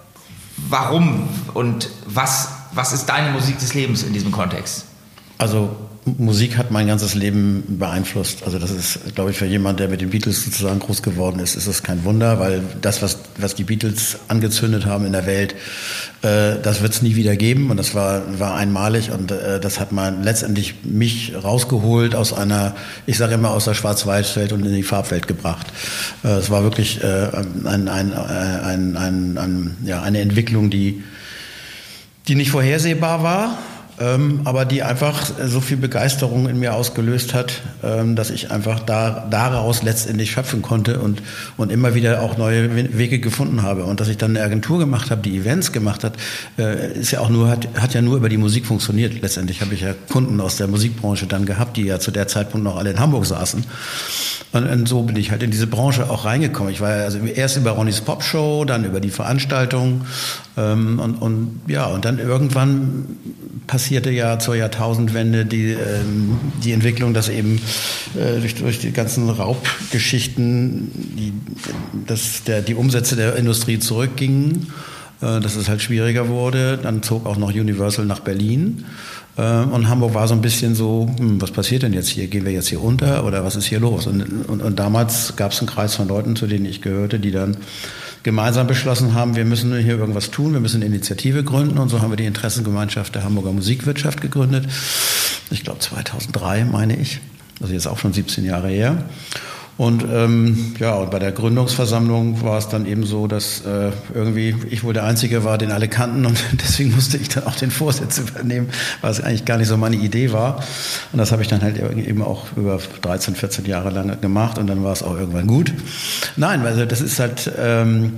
S2: Warum und was, was ist deine Musik des Lebens in diesem Kontext?
S3: Also Musik hat mein ganzes Leben beeinflusst. Also das ist, glaube ich, für jemanden, der mit den Beatles sozusagen groß geworden ist, ist das kein Wunder, weil das, was, was die Beatles angezündet haben in der Welt, äh, das wird es nie wieder geben und das war, war einmalig und äh, das hat man letztendlich mich rausgeholt aus einer, ich sage immer, aus der Schwarz-Weiß-Welt und in die Farbwelt gebracht. Äh, es war wirklich äh, ein, ein, ein, ein, ein, ja, eine Entwicklung, die, die nicht vorhersehbar war. Ähm, aber die einfach so viel Begeisterung in mir ausgelöst hat, ähm, dass ich einfach da, daraus letztendlich schöpfen konnte und, und immer wieder auch neue Wege gefunden habe. Und dass ich dann eine Agentur gemacht habe, die Events gemacht hat, äh, ist ja auch nur, hat, hat ja nur über die Musik funktioniert. Letztendlich habe ich ja Kunden aus der Musikbranche dann gehabt, die ja zu der Zeitpunkt noch alle in Hamburg saßen. Und, und so bin ich halt in diese Branche auch reingekommen. Ich war ja also erst über Ronnys Popshow, dann über die Veranstaltung ähm, und, und ja, und dann irgendwann passierte ja zur Jahrtausendwende die, ähm, die Entwicklung, dass eben äh, durch, durch die ganzen Raubgeschichten die, dass der, die Umsätze der Industrie zurückgingen, äh, dass es halt schwieriger wurde. Dann zog auch noch Universal nach Berlin. Und Hamburg war so ein bisschen so, hm, was passiert denn jetzt hier? Gehen wir jetzt hier unter oder was ist hier los? Und, und, und damals gab es einen Kreis von Leuten, zu denen ich gehörte, die dann gemeinsam beschlossen haben, wir müssen hier irgendwas tun, wir müssen eine Initiative gründen und so haben wir die Interessengemeinschaft der Hamburger Musikwirtschaft gegründet. Ich glaube zweitausenddrei, meine ich. Also jetzt auch schon siebzehn Jahre her. Und ähm, ja, und bei der Gründungsversammlung war es dann eben so, dass äh, irgendwie ich wohl der Einzige war, den alle kannten und deswegen musste ich dann auch den Vorsitz übernehmen, weil es eigentlich gar nicht so meine Idee war. Und das habe ich dann halt eben auch über dreizehn, vierzehn Jahre lang gemacht und dann war es auch irgendwann gut. Nein, also das ist halt... Ähm,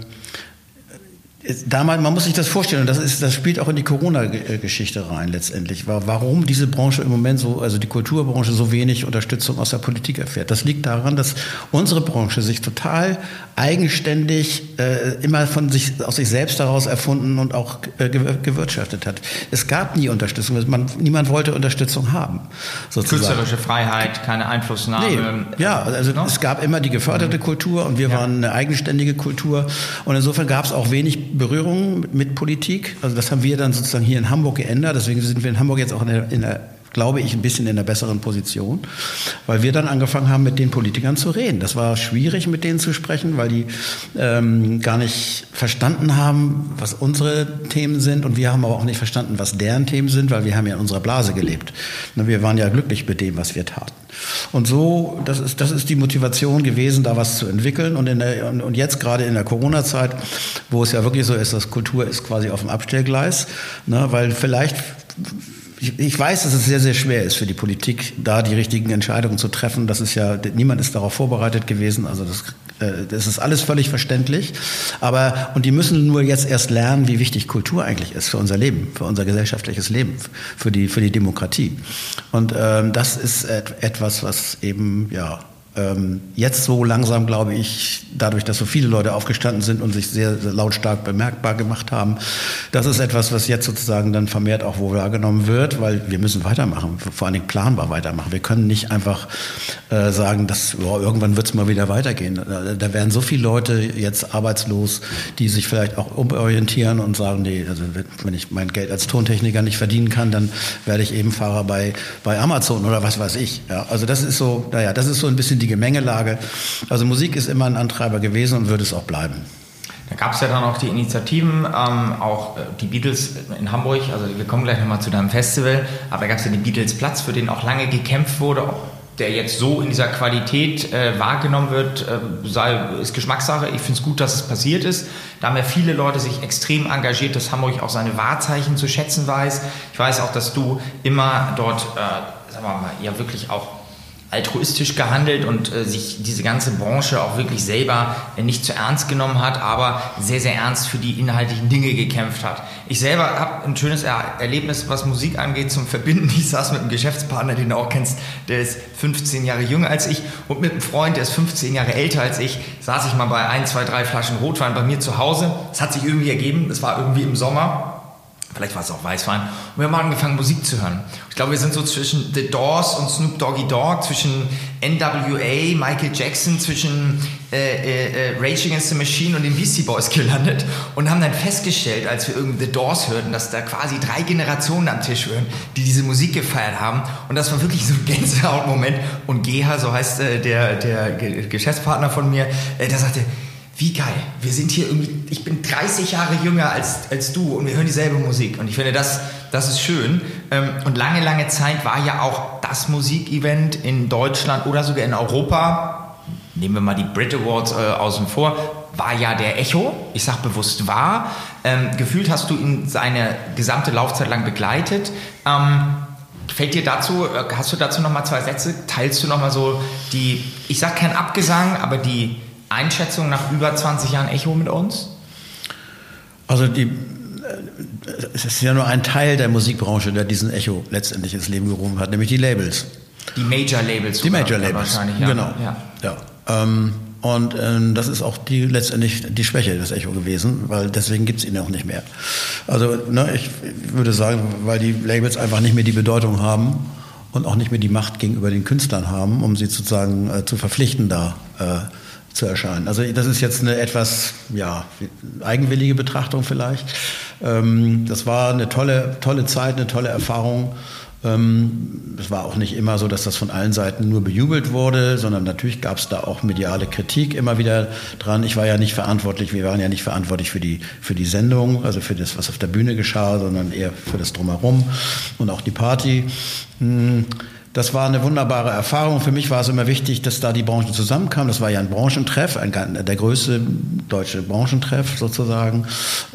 S3: Damals, man muss sich das vorstellen, und das ist, das spielt auch in die Corona-Geschichte rein letztendlich. Warum diese Branche im Moment so, also die Kulturbranche so wenig Unterstützung aus der Politik erfährt. Das liegt daran, dass unsere Branche sich total eigenständig äh, immer von sich aus sich selbst heraus erfunden und auch äh, gewirtschaftet hat. Es gab nie Unterstützung, man, niemand wollte Unterstützung haben. Sozusagen.
S2: Künstlerische Freiheit, keine Einflussnahme.
S3: Nee, ja, also no? es gab immer die geförderte Kultur und wir ja. waren eine eigenständige Kultur und insofern gab es auch wenig Berührung mit Politik. Also das haben wir dann sozusagen hier in Hamburg geändert. Deswegen sind wir in Hamburg jetzt auch in der, in der glaube ich, ein bisschen in einer besseren Position, weil wir dann angefangen haben, mit den Politikern zu reden. Das war schwierig, mit denen zu sprechen, weil die ähm, gar nicht verstanden haben, was unsere Themen sind und wir haben aber auch nicht verstanden, was deren Themen sind, weil wir haben ja in unserer Blase gelebt. Wir waren ja glücklich mit dem, was wir taten. Und so, das ist, das ist die Motivation gewesen, da was zu entwickeln. Und, in der, und jetzt gerade in der Corona-Zeit, wo es ja wirklich so ist, dass Kultur ist quasi auf dem Abstellgleis, ne, weil vielleicht... Ich weiß, dass es sehr, sehr schwer ist für die Politik, da die richtigen Entscheidungen zu treffen. Das ist ja, niemand ist darauf vorbereitet gewesen. Also das, das ist alles völlig verständlich. Aber, und die müssen nur jetzt erst lernen, wie wichtig Kultur eigentlich ist für unser Leben, für unser gesellschaftliches Leben, für die, für die Demokratie. Und ähm, das ist et, etwas, was eben, ja, Ähm, jetzt so langsam, glaube ich, dadurch, dass so viele Leute aufgestanden sind und sich sehr, sehr lautstark bemerkbar gemacht haben, das ist etwas, was jetzt sozusagen dann vermehrt auch wohl wahrgenommen wird, weil wir müssen weitermachen, vor allen Dingen planbar weitermachen. Wir können nicht einfach äh, sagen, dass oh, irgendwann wird es mal wieder weitergehen. Da, da werden so viele Leute jetzt arbeitslos, die sich vielleicht auch umorientieren und sagen, nee, also wenn ich mein Geld als Tontechniker nicht verdienen kann, dann werde ich eben Fahrer bei, bei Amazon oder was weiß ich. Ja, also das ist so, naja, das ist so ein bisschen die Gemengelage. Also Musik ist immer ein Antreiber gewesen und wird es auch bleiben.
S2: Da gab es ja dann auch die Initiativen, ähm, auch äh, die Beatles in Hamburg, also wir kommen gleich nochmal zu deinem Festival, aber da gab es ja den Beatles-Platz, für den auch lange gekämpft wurde, auch der jetzt so in dieser Qualität äh, wahrgenommen wird, äh, sei, ist Geschmackssache. Ich finde es gut, dass es passiert ist. Da haben ja viele Leute sich extrem engagiert, dass Hamburg auch seine Wahrzeichen zu schätzen weiß. Ich weiß auch, dass du immer dort, äh, sagen wir mal, ja wirklich auch altruistisch gehandelt und äh, sich diese ganze Branche auch wirklich selber äh, nicht zu ernst genommen hat, aber sehr, sehr ernst für die inhaltlichen Dinge gekämpft hat. Ich selber habe ein schönes er- Erlebnis, was Musik angeht, zum Verbinden. Ich saß mit einem Geschäftspartner, den du auch kennst, der ist fünfzehn Jahre jünger als ich, und mit einem Freund, der ist fünfzehn Jahre älter als ich, saß ich mal bei ein, zwei, drei Flaschen Rotwein bei mir zu Hause. Es hat sich irgendwie ergeben, es war irgendwie im Sommer. Vielleicht war es auch Weißwein. Und wir haben angefangen, Musik zu hören. Ich glaube, wir sind so zwischen The Doors und Snoop Doggy Dogg, zwischen N W A, Michael Jackson, zwischen äh, äh, Rage Against the Machine und den Beastie Boys gelandet und haben dann festgestellt, als wir irgendwie The Doors hörten, dass da quasi drei Generationen am Tisch hören, die diese Musik gefeiert haben. Und das war wirklich so ein Gänsehautmoment. Und Geha, so heißt äh, der, der G- Geschäftspartner von mir, äh, der sagte, wie geil, wir sind hier irgendwie, ich bin dreißig Jahre jünger als, als du und wir hören dieselbe Musik. Und ich finde, das, das ist schön. Und lange, lange Zeit war ja auch das Musikevent in Deutschland oder sogar in Europa, nehmen wir mal die Brit Awards äh, außen vor, war ja der Echo. Ich sage bewusst war. Ähm, gefühlt hast du ihn seine gesamte Laufzeit lang begleitet. Ähm, Fällt dir dazu, hast du dazu nochmal zwei Sätze? Teilst du nochmal so die, ich sage kein Abgesang, aber die Einschätzung nach über zwanzig Jahren Echo mit uns?
S3: Also die, es ist ja nur ein Teil der Musikbranche, der diesen Echo letztendlich ins Leben gerufen hat, nämlich die Labels.
S2: Die Major-Labels.
S3: Die Major-Labels,
S2: wahrscheinlich, ja.
S3: Genau.
S2: Ja.
S3: Ja. Ähm, und ähm, das ist auch die letztendlich die Schwäche des Echo gewesen, weil deswegen gibt es ihn auch nicht mehr. Also ne, ich würde sagen, weil die Labels einfach nicht mehr die Bedeutung haben und auch nicht mehr die Macht gegenüber den Künstlern haben, um sie sozusagen äh, zu verpflichten, da äh, zu erscheinen. Also das ist jetzt eine etwas ja, eigenwillige Betrachtung vielleicht. Ähm, das war eine tolle, tolle Zeit, eine tolle Erfahrung. Ähm, es war auch nicht immer so, dass das von allen Seiten nur bejubelt wurde, sondern natürlich gab es da auch mediale Kritik immer wieder dran. Ich war ja nicht verantwortlich, wir waren ja nicht verantwortlich für die, für die Sendung, also für das, was auf der Bühne geschah, sondern eher für das Drumherum und auch die Party. Hm. Das war eine wunderbare Erfahrung. Für mich war es immer wichtig, dass da die Branchen zusammenkamen. Das war ja ein Branchentreff, ein, der größte deutsche Branchentreff sozusagen,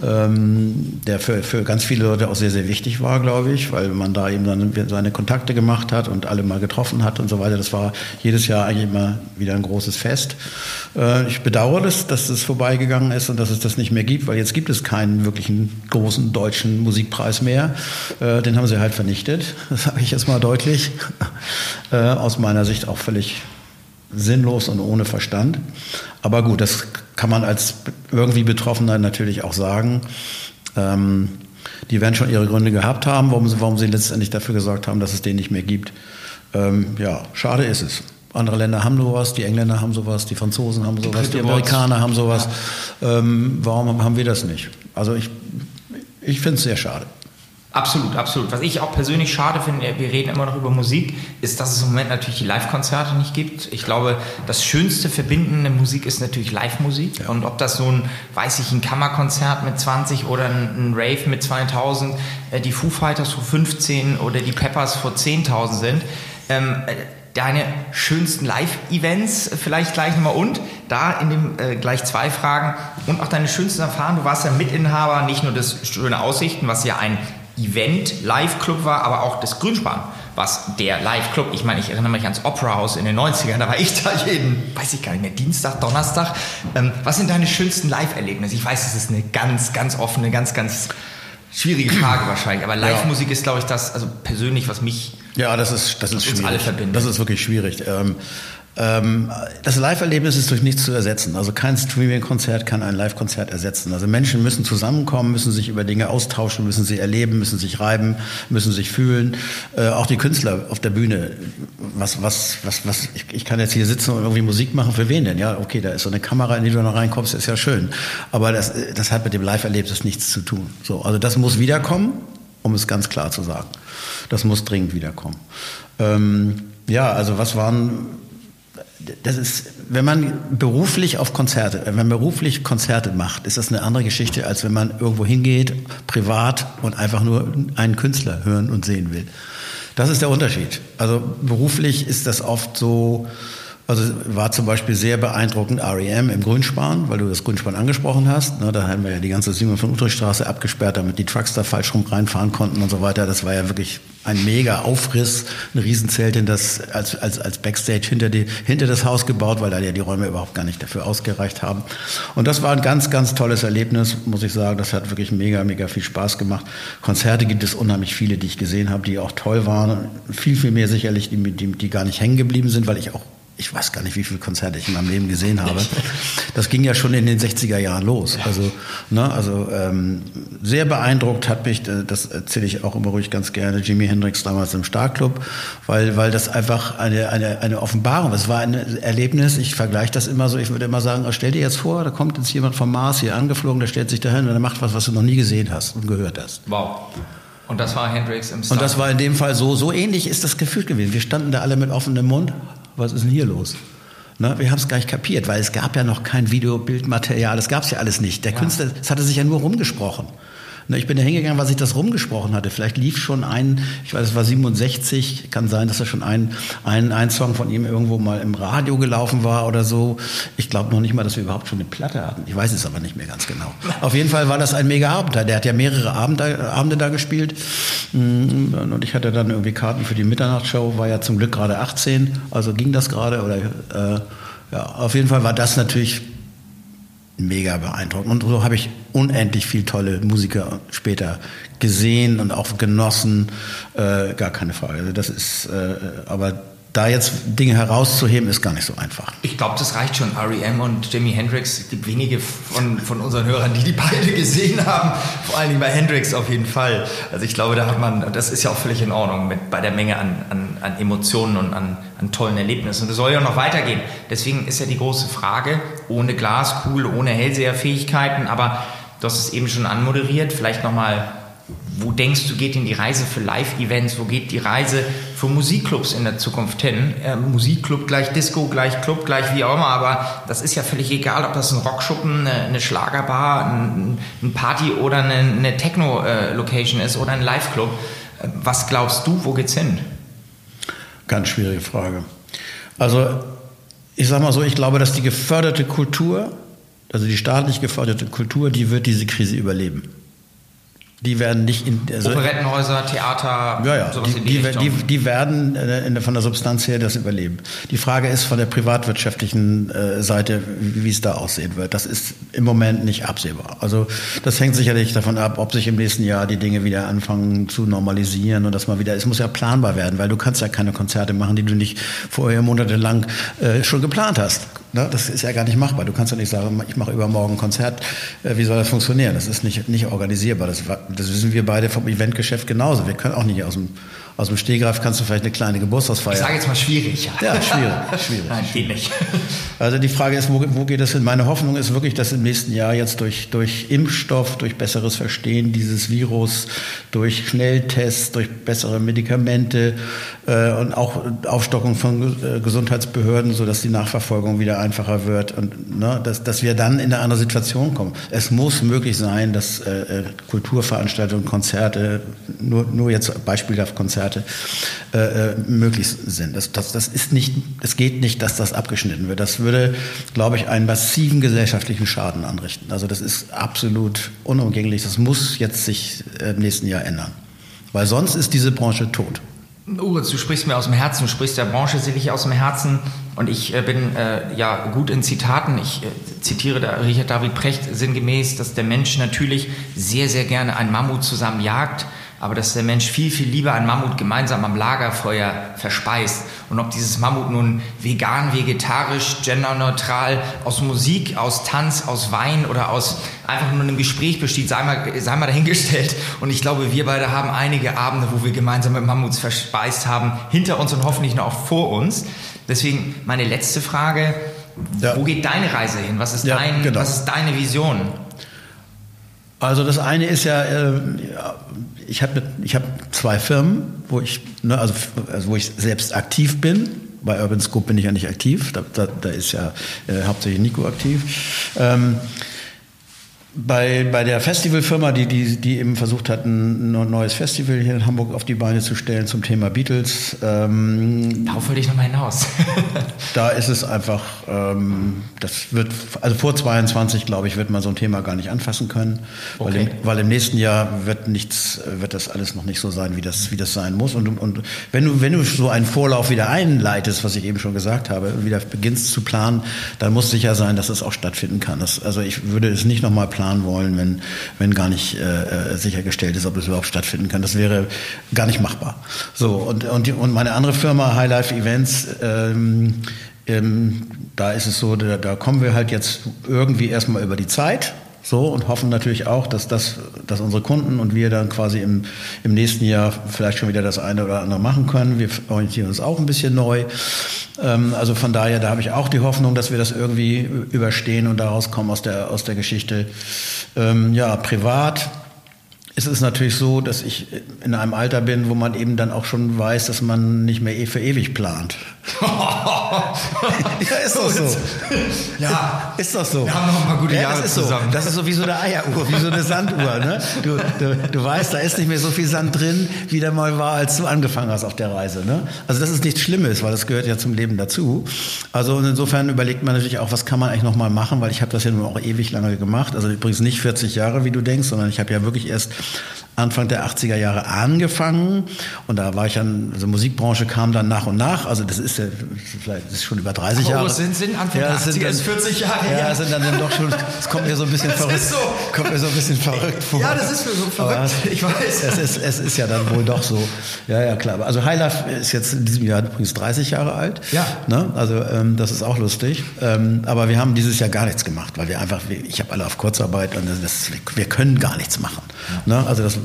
S3: ähm, der für, für ganz viele Leute auch sehr, sehr wichtig war, glaube ich, weil man da eben dann seine Kontakte gemacht hat und alle mal getroffen hat und so weiter. Das war jedes Jahr eigentlich immer wieder ein großes Fest. Äh, ich bedauere das, dass es vorbeigegangen ist und dass es das nicht mehr gibt, weil jetzt gibt es keinen wirklichen großen deutschen Musikpreis mehr. Äh, den haben sie halt vernichtet. Das sage ich jetzt mal deutlich. Äh, aus meiner Sicht auch völlig sinnlos und ohne Verstand. Aber gut, das kann man als irgendwie Betroffener natürlich auch sagen. Ähm, die werden schon ihre Gründe gehabt haben, warum sie, warum sie letztendlich dafür gesorgt haben, dass es den nicht mehr gibt. Ähm, ja, schade ist es. Andere Länder haben sowas, die Engländer haben sowas, die Franzosen haben sowas, die, die Amerikaner haben sowas. Ja. Ähm, warum haben wir das nicht? Also ich, ich finde es sehr schade.
S2: Absolut, absolut. Was ich auch persönlich schade finde, wir reden immer noch über Musik, ist, dass es im Moment natürlich die Live-Konzerte nicht gibt. Ich glaube, das schönste verbindende Musik ist natürlich Live-Musik. Ja. Und ob das so ein, weiß ich, ein Kammerkonzert mit zwanzig oder ein, ein Rave mit zweitausend, äh, die Foo Fighters vor fünfzehn oder die Peppers vor zehntausend sind, ähm, deine schönsten Live-Events vielleicht gleich nochmal und da in dem äh, gleich zwei Fragen und auch deine schönsten Erfahrungen. Du warst ja Mitinhaber nicht nur des Schöne Aussichten, was ja ein Event-Live-Club war, aber auch das Grünspan, was der Live-Club, ich meine, ich erinnere mich ans Opera House in den neunzigern, da war ich da jeden, weiß ich gar nicht mehr, Dienstag, Donnerstag. Ähm, was sind deine schönsten Live-Erlebnisse? Ich weiß, das ist eine ganz, ganz offene, ganz, ganz schwierige Frage wahrscheinlich, aber Live-Musik ja. ist, glaube ich, das, also persönlich, was mich
S3: ja, das ist, das ist
S2: uns alle verbindet.
S3: Das ist wirklich schwierig. Ähm, ähm, das Live-Erlebnis ist durch nichts zu ersetzen. Also kein Streaming-Konzert kann ein Live-Konzert ersetzen. Also Menschen müssen zusammenkommen, müssen sich über Dinge austauschen, müssen sie erleben, müssen sich reiben, müssen sich fühlen. Äh, auch die Künstler auf der Bühne. Was, was, was, was? Ich, ich kann jetzt hier sitzen und irgendwie Musik machen. Für wen denn? Ja, okay, da ist so eine Kamera, in die du noch reinkommst, ist ja schön. Aber das, das hat mit dem Live-Erlebnis nichts zu tun. So, also das muss wiederkommen, um es ganz klar zu sagen. Das muss dringend wiederkommen. Ähm, ja, also was waren... Das ist, wenn man beruflich auf Konzerte, wenn man beruflich Konzerte macht, ist das eine andere Geschichte, als wenn man irgendwo hingeht, privat und einfach nur einen Künstler hören und sehen will. Das ist der Unterschied. Also beruflich ist das oft so, also war zum Beispiel sehr beeindruckend R E M im Grünspan, weil du das Grünspan angesprochen hast. Da haben wir ja die ganze Simon von Utrecht-Straße abgesperrt, damit die Trucks da falsch rum reinfahren konnten und so weiter. Das war ja wirklich ein mega Aufriss, ein Riesenzelt in das, als, als, als Backstage hinter, die, hinter das Haus gebaut, weil da ja die Räume überhaupt gar nicht dafür ausgereicht haben. Und das war ein ganz, ganz tolles Erlebnis, muss ich sagen. Das hat wirklich mega, mega viel Spaß gemacht. Konzerte gibt es unheimlich viele, die ich gesehen habe, die auch toll waren. Viel, viel mehr sicherlich, die, die, die gar nicht hängen geblieben sind, weil ich auch Ich weiß gar nicht, wie viele Konzerte ich in meinem Leben gesehen habe. Das ging ja schon in den sechziger Jahren los. Also, ne, also ähm, sehr beeindruckt hat mich, das erzähle ich auch immer ruhig ganz gerne, Jimi Hendrix damals im Starclub, weil, weil das einfach eine, eine, eine Offenbarung war. Es war ein Erlebnis, ich vergleiche das immer so, ich würde immer sagen, stell dir jetzt vor, da kommt jetzt jemand vom Mars hier angeflogen, der stellt sich dahin und der macht was, was du noch nie gesehen hast und gehört hast.
S2: Wow. Und das war Hendrix im Starclub.
S3: Und das war in dem Fall so, so ähnlich ist das Gefühl gewesen. Wir standen da alle mit offenem Mund. Was ist denn hier los? Ne, wir haben es gar nicht kapiert, weil es gab ja noch kein Videobildmaterial, das gab es ja alles nicht. Der ja. Künstler, es hatte sich ja nur rumgesprochen. Ne, ich bin da hingegangen, weil sich das rumgesprochen hatte. Vielleicht lief schon ein, ich weiß, es war siebenundsechzig, kann sein, dass da schon ein, ein, ein Song von ihm irgendwo mal im Radio gelaufen war oder so. Ich glaube noch nicht mal, dass wir überhaupt schon eine Platte hatten. Ich weiß es aber nicht mehr ganz genau. Auf jeden Fall war das ein mega Abenteuer. Der hat ja mehrere Abende, Abende da gespielt. Und ich hatte dann irgendwie Karten für die Mitternachtsshow, war ja zum Glück gerade achtzehn, also ging das gerade. Oder äh, ja, auf jeden Fall war das natürlich mega beeindruckend. Und so habe ich unendlich viel tolle Musiker später gesehen und auch genossen. Äh, gar keine Frage. Also das ist, äh, aber da jetzt Dinge herauszuheben, ist gar nicht so einfach.
S2: Ich glaube, das reicht schon. R E M und Jimi Hendrix, es gibt wenige von, von unseren Hörern, die die beide gesehen haben. Vor allen Dingen bei Hendrix auf jeden Fall. Also ich glaube, da hat man, das ist ja auch völlig in Ordnung mit, bei der Menge an, an, an Emotionen und an, an tollen Erlebnissen. Und es soll ja noch weitergehen. Deswegen ist ja die große Frage, ohne Glaskugel, ohne Hellseherfähigkeiten, aber du hast es eben schon anmoderiert, vielleicht nochmal wo denkst du, geht denn die Reise für Live-Events? Wo geht die Reise für Musikclubs in der Zukunft hin? Äh, Musikclub gleich Disco, gleich Club, gleich wie auch immer. Aber das ist ja völlig egal, ob das ein Rockschuppen, eine, eine Schlagerbar, ein, ein Party oder eine, eine Techno-Location ist oder ein Live-Club. Was glaubst du, wo geht's hin?
S3: Ganz schwierige Frage. Also ich sag mal so, ich glaube, dass die geförderte Kultur, also die staatlich geförderte Kultur, die wird diese Krise überleben. Die werden nicht in... Also,
S2: Operettenhäuser, Theater,
S3: ja, ja,
S2: sowas
S3: die,
S2: in die,
S3: die,
S2: Richtung.
S3: die, die werden äh, von der Substanz her das überleben. Die Frage ist von der privatwirtschaftlichen äh, Seite, wie, wie es da aussehen wird. Das ist im Moment nicht absehbar. Also das hängt sicherlich davon ab, ob sich im nächsten Jahr die Dinge wieder anfangen zu normalisieren und dass man wieder... Es muss ja planbar werden, weil du kannst ja keine Konzerte machen, die du nicht vorher monatelang äh, schon geplant hast. Ne? Das ist ja gar nicht machbar. Du kannst ja nicht sagen, ich mache übermorgen ein Konzert. Äh, wie soll das funktionieren? Das ist nicht, nicht organisierbar. Das war, Das wissen wir beide vom Eventgeschäft genauso. Wir können auch nicht aus dem, aus dem Stehgreif, kannst du vielleicht eine kleine Geburtstagsfeier.
S2: Ich sage jetzt mal schwierig.
S3: Ja, schwierig. schwierig.
S2: Nein, geht nicht.
S3: Also die Frage ist, wo, wo geht es hin? Meine Hoffnung ist wirklich, dass im nächsten Jahr jetzt durch, durch Impfstoff, durch besseres Verstehen dieses Virus, durch Schnelltests, durch bessere Medikamente äh, und auch Aufstockung von äh, Gesundheitsbehörden, sodass die Nachverfolgung wieder einfacher wird und ne, dass, dass wir dann in eine andere Situation kommen. Es muss möglich sein, dass äh, Kulturveranstaltungen, Konzerte, nur, nur jetzt beispielhaft Konzerte, äh, möglich sind. Das, das, das ist nicht, es geht nicht, dass das abgeschnitten wird. Das würde, glaube ich, einen massiven gesellschaftlichen Schaden anrichten. Also das ist absolut unumgänglich. Das muss jetzt sich im nächsten Jahr ändern. Weil sonst ist diese Branche tot.
S2: Uritz, du sprichst mir aus dem Herzen, du sprichst der Branche sicherlich aus dem Herzen und ich äh, bin äh, ja gut in Zitaten. Ich äh, zitiere da Richard David Precht sinngemäß, dass der Mensch natürlich sehr, sehr gerne einen Mammut zusammen jagt, aber dass der Mensch viel, viel lieber einen Mammut gemeinsam am Lagerfeuer verspeist. Und ob dieses Mammut nun vegan, vegetarisch, genderneutral, aus Musik, aus Tanz, aus Wein oder aus einfach nur einem Gespräch besteht, sei mal, sei mal dahingestellt. Und ich glaube, wir beide haben einige Abende, wo wir gemeinsam mit Mammuts verspeist haben, hinter uns und hoffentlich noch auch vor uns. Deswegen meine letzte Frage, ja. Wo geht deine Reise hin? Was ist,
S3: ja,
S2: dein,
S3: genau.
S2: was ist deine Vision?
S3: Also das eine ist ja, äh, ich habe ich hab zwei Firmen, wo ich, ne, also, also wo ich selbst aktiv bin. Bei Urban Scope bin ich ja nicht aktiv, da, da, da ist ja äh, hauptsächlich Nico aktiv. Ähm, Bei, bei der Festivalfirma, die, die, die eben versucht hat, ein neues Festival hier in Hamburg auf die Beine zu stellen zum Thema Beatles. Ähm,
S2: Darauf wollte ich nochmal hinaus.
S3: Da ist es einfach, ähm, das wird, also vor zweiundzwanzig, glaube ich, wird man so ein Thema gar nicht anfassen können, okay. weil, im, weil im nächsten Jahr wird nichts, wird das alles noch nicht so sein, wie das, wie das sein muss. Und, und wenn du, wenn du so einen Vorlauf wieder einleitest, was ich eben schon gesagt habe, wieder beginnst zu planen, dann muss sicher sein, dass es auch stattfinden kann. Das, also ich würde es nicht nochmal planen wollen, wenn, wenn gar nicht äh, sichergestellt ist, ob es überhaupt stattfinden kann. Das wäre gar nicht machbar. So, und, und, die, und meine andere Firma, High Life Events, ähm, ähm, da ist es so, da, da kommen wir halt jetzt irgendwie erstmal über die Zeit. So, und hoffen natürlich auch, dass, das, dass unsere Kunden und wir dann quasi im, im nächsten Jahr vielleicht schon wieder das eine oder andere machen können. Wir orientieren uns auch ein bisschen neu. Ähm, also von daher, da habe ich auch die Hoffnung, dass wir das irgendwie überstehen und daraus kommen aus der, aus der Geschichte. Ähm, ja, privat ist es natürlich so, dass ich in einem Alter bin, wo man eben dann auch schon weiß, dass man nicht mehr für ewig plant. Ja, ist doch so. Ja, ist doch so.
S2: Wir haben noch ein paar gute
S3: ja,
S2: Jahre
S3: das ist
S2: zusammen.
S3: So. Das ist so wie so eine Eieruhr, wie so eine Sanduhr. Ne? Du, du, du weißt, da ist nicht mehr so viel Sand drin, wie da mal war, als du angefangen hast auf der Reise. Ne? Also das ist nichts Schlimmes, weil das gehört ja zum Leben dazu. Also und insofern überlegt man natürlich auch, was kann man eigentlich noch mal machen, weil ich habe das ja nun auch ewig lange gemacht. Also übrigens nicht vierzig Jahre, wie du denkst, sondern ich habe ja wirklich erst Anfang der achtziger Jahre angefangen und da war ich dann, also Musikbranche kam dann nach und nach, also das ist ja vielleicht das ist schon über dreißig
S2: oh,
S3: Jahre.
S2: Oh, sind, sind Anfang
S3: ja,
S2: der achtziger ist vierzig Jahre her.
S3: Ja, sind dann, dann doch schon, es kommt mir so ein bisschen
S2: das
S3: verrückt,
S2: ist so.
S3: kommt mir so ein bisschen verrückt vor.
S2: Ja, das ist mir so verrückt, aber ich weiß.
S3: Es ist, es ist ja dann wohl doch so. Ja, ja, klar. Also High Life ist jetzt in diesem Jahr übrigens dreißig Jahre alt.
S2: Ja.
S3: Ne? Also ähm, das ist auch lustig. Ähm, aber wir haben dieses Jahr gar nichts gemacht, weil wir einfach, ich habe alle auf Kurzarbeit und das, wir können gar nichts machen. Ne? Also das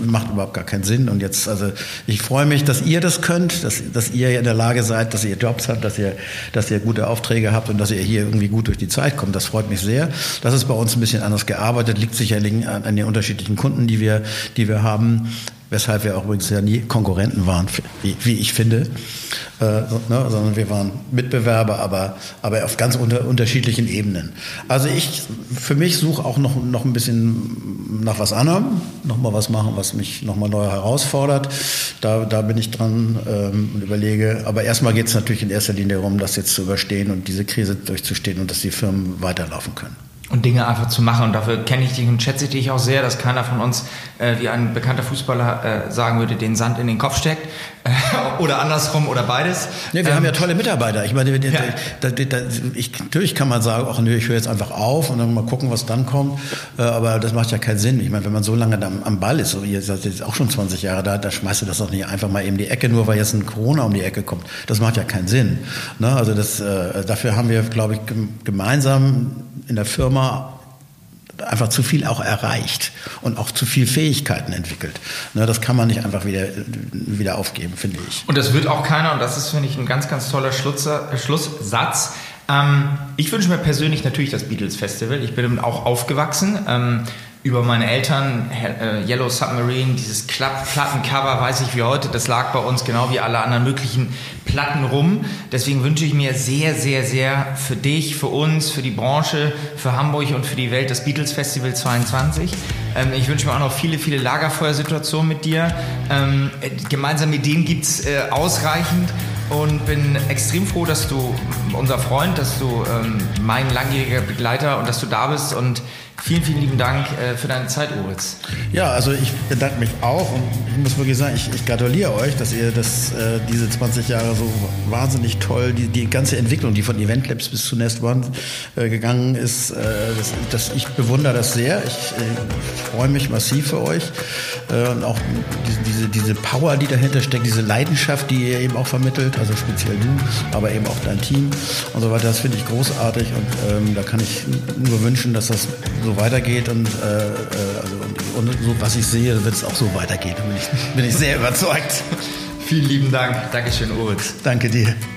S3: macht überhaupt gar keinen Sinn. Und jetzt, also ich freue mich, dass ihr das könnt, dass, dass ihr in der Lage seid, dass ihr Jobs habt, dass ihr, dass ihr gute Aufträge habt und dass ihr hier irgendwie gut durch die Zeit kommt. Das freut mich sehr. Das ist bei uns ein bisschen anders gearbeitet, liegt sicherlich an, an den unterschiedlichen Kunden, die wir, die wir haben. Weshalb wir auch übrigens ja nie Konkurrenten waren, wie, wie ich finde, äh, ne, sondern wir waren Mitbewerber, aber, aber auf ganz unter, unterschiedlichen Ebenen. Also ich, für mich suche auch noch, noch ein bisschen nach was anderem, noch mal was machen, was mich noch mal neu herausfordert. Da, da bin ich dran ähm, und überlege. Aber erstmal geht es natürlich in erster Linie darum, das jetzt zu überstehen und diese Krise durchzustehen und dass die Firmen weiterlaufen können.
S2: Und Dinge einfach zu machen. Und dafür kenne ich dich und schätze ich dich auch sehr, dass keiner von uns, äh, wie ein bekannter Fußballer äh, sagen würde, den Sand in den Kopf steckt. Äh, oder andersrum oder beides.
S3: Ja, wir ähm, haben ja tolle Mitarbeiter. Ich meine, ja. da, da, da, ich, natürlich kann man sagen, ach nö, ich höre jetzt einfach auf und dann mal gucken, was dann kommt. Äh, aber das macht ja keinen Sinn. Ich meine, wenn man so lange am, am Ball ist, so, ihr seid jetzt auch schon zwanzig Jahre da, da schmeißt du das doch nicht einfach mal eben die Ecke, nur weil jetzt ein Corona um die Ecke kommt. Das macht ja keinen Sinn. Ne? Also das, äh, dafür haben wir, glaube ich, gemeinsam in der Firma einfach zu viel auch erreicht und auch zu viel Fähigkeiten entwickelt. Ne, das kann man nicht einfach wieder, wieder aufgeben, finde ich.
S2: Und das wird auch keiner, und das ist, finde ich, ein ganz, ganz toller Schluss, Schlusssatz. Ähm, ich wünsche mir persönlich natürlich das Beatles Festival. Ich bin auch aufgewachsen. Ähm, über meine Eltern, äh, Yellow Submarine, dieses Plattencover, weiß ich wie heute, das lag bei uns genau wie alle anderen möglichen Platten rum. Deswegen wünsche ich mir sehr, sehr, sehr für dich, für uns, für die Branche, für Hamburg und für die Welt das Beatles Festival zweiundzwanzig. Ähm, ich wünsche mir auch noch viele, viele Lagerfeuersituationen mit dir. Ähm, gemeinsame Ideen gibt's äh, ausreichend. Und bin extrem froh, dass du unser Freund, dass du ähm, mein langjähriger Begleiter und dass du da bist und vielen, vielen lieben Dank äh, für deine Zeit, Uritz.
S3: Ja, also ich bedanke mich auch und ich muss wirklich sagen, ich, ich gratuliere euch, dass ihr das, äh, diese zwanzig Jahre so wahnsinnig toll, die, die ganze Entwicklung, die von Event Labs bis zu Nest One äh, gegangen ist, äh, das, das, ich bewundere das sehr. Ich äh, freue mich massiv für euch äh, und auch diese, diese, diese Power, die dahinter steckt, diese Leidenschaft, die ihr eben auch vermittelt, also speziell du, aber eben auch dein Team und so weiter, das finde ich großartig und ähm, da kann ich nur wünschen, dass das so weitergeht und, äh, also, und, und so, was ich sehe, wird es auch so weitergehen. Da bin ich, bin ich sehr überzeugt.
S2: Vielen lieben Dank. Dankeschön, Uritz.
S3: Danke dir.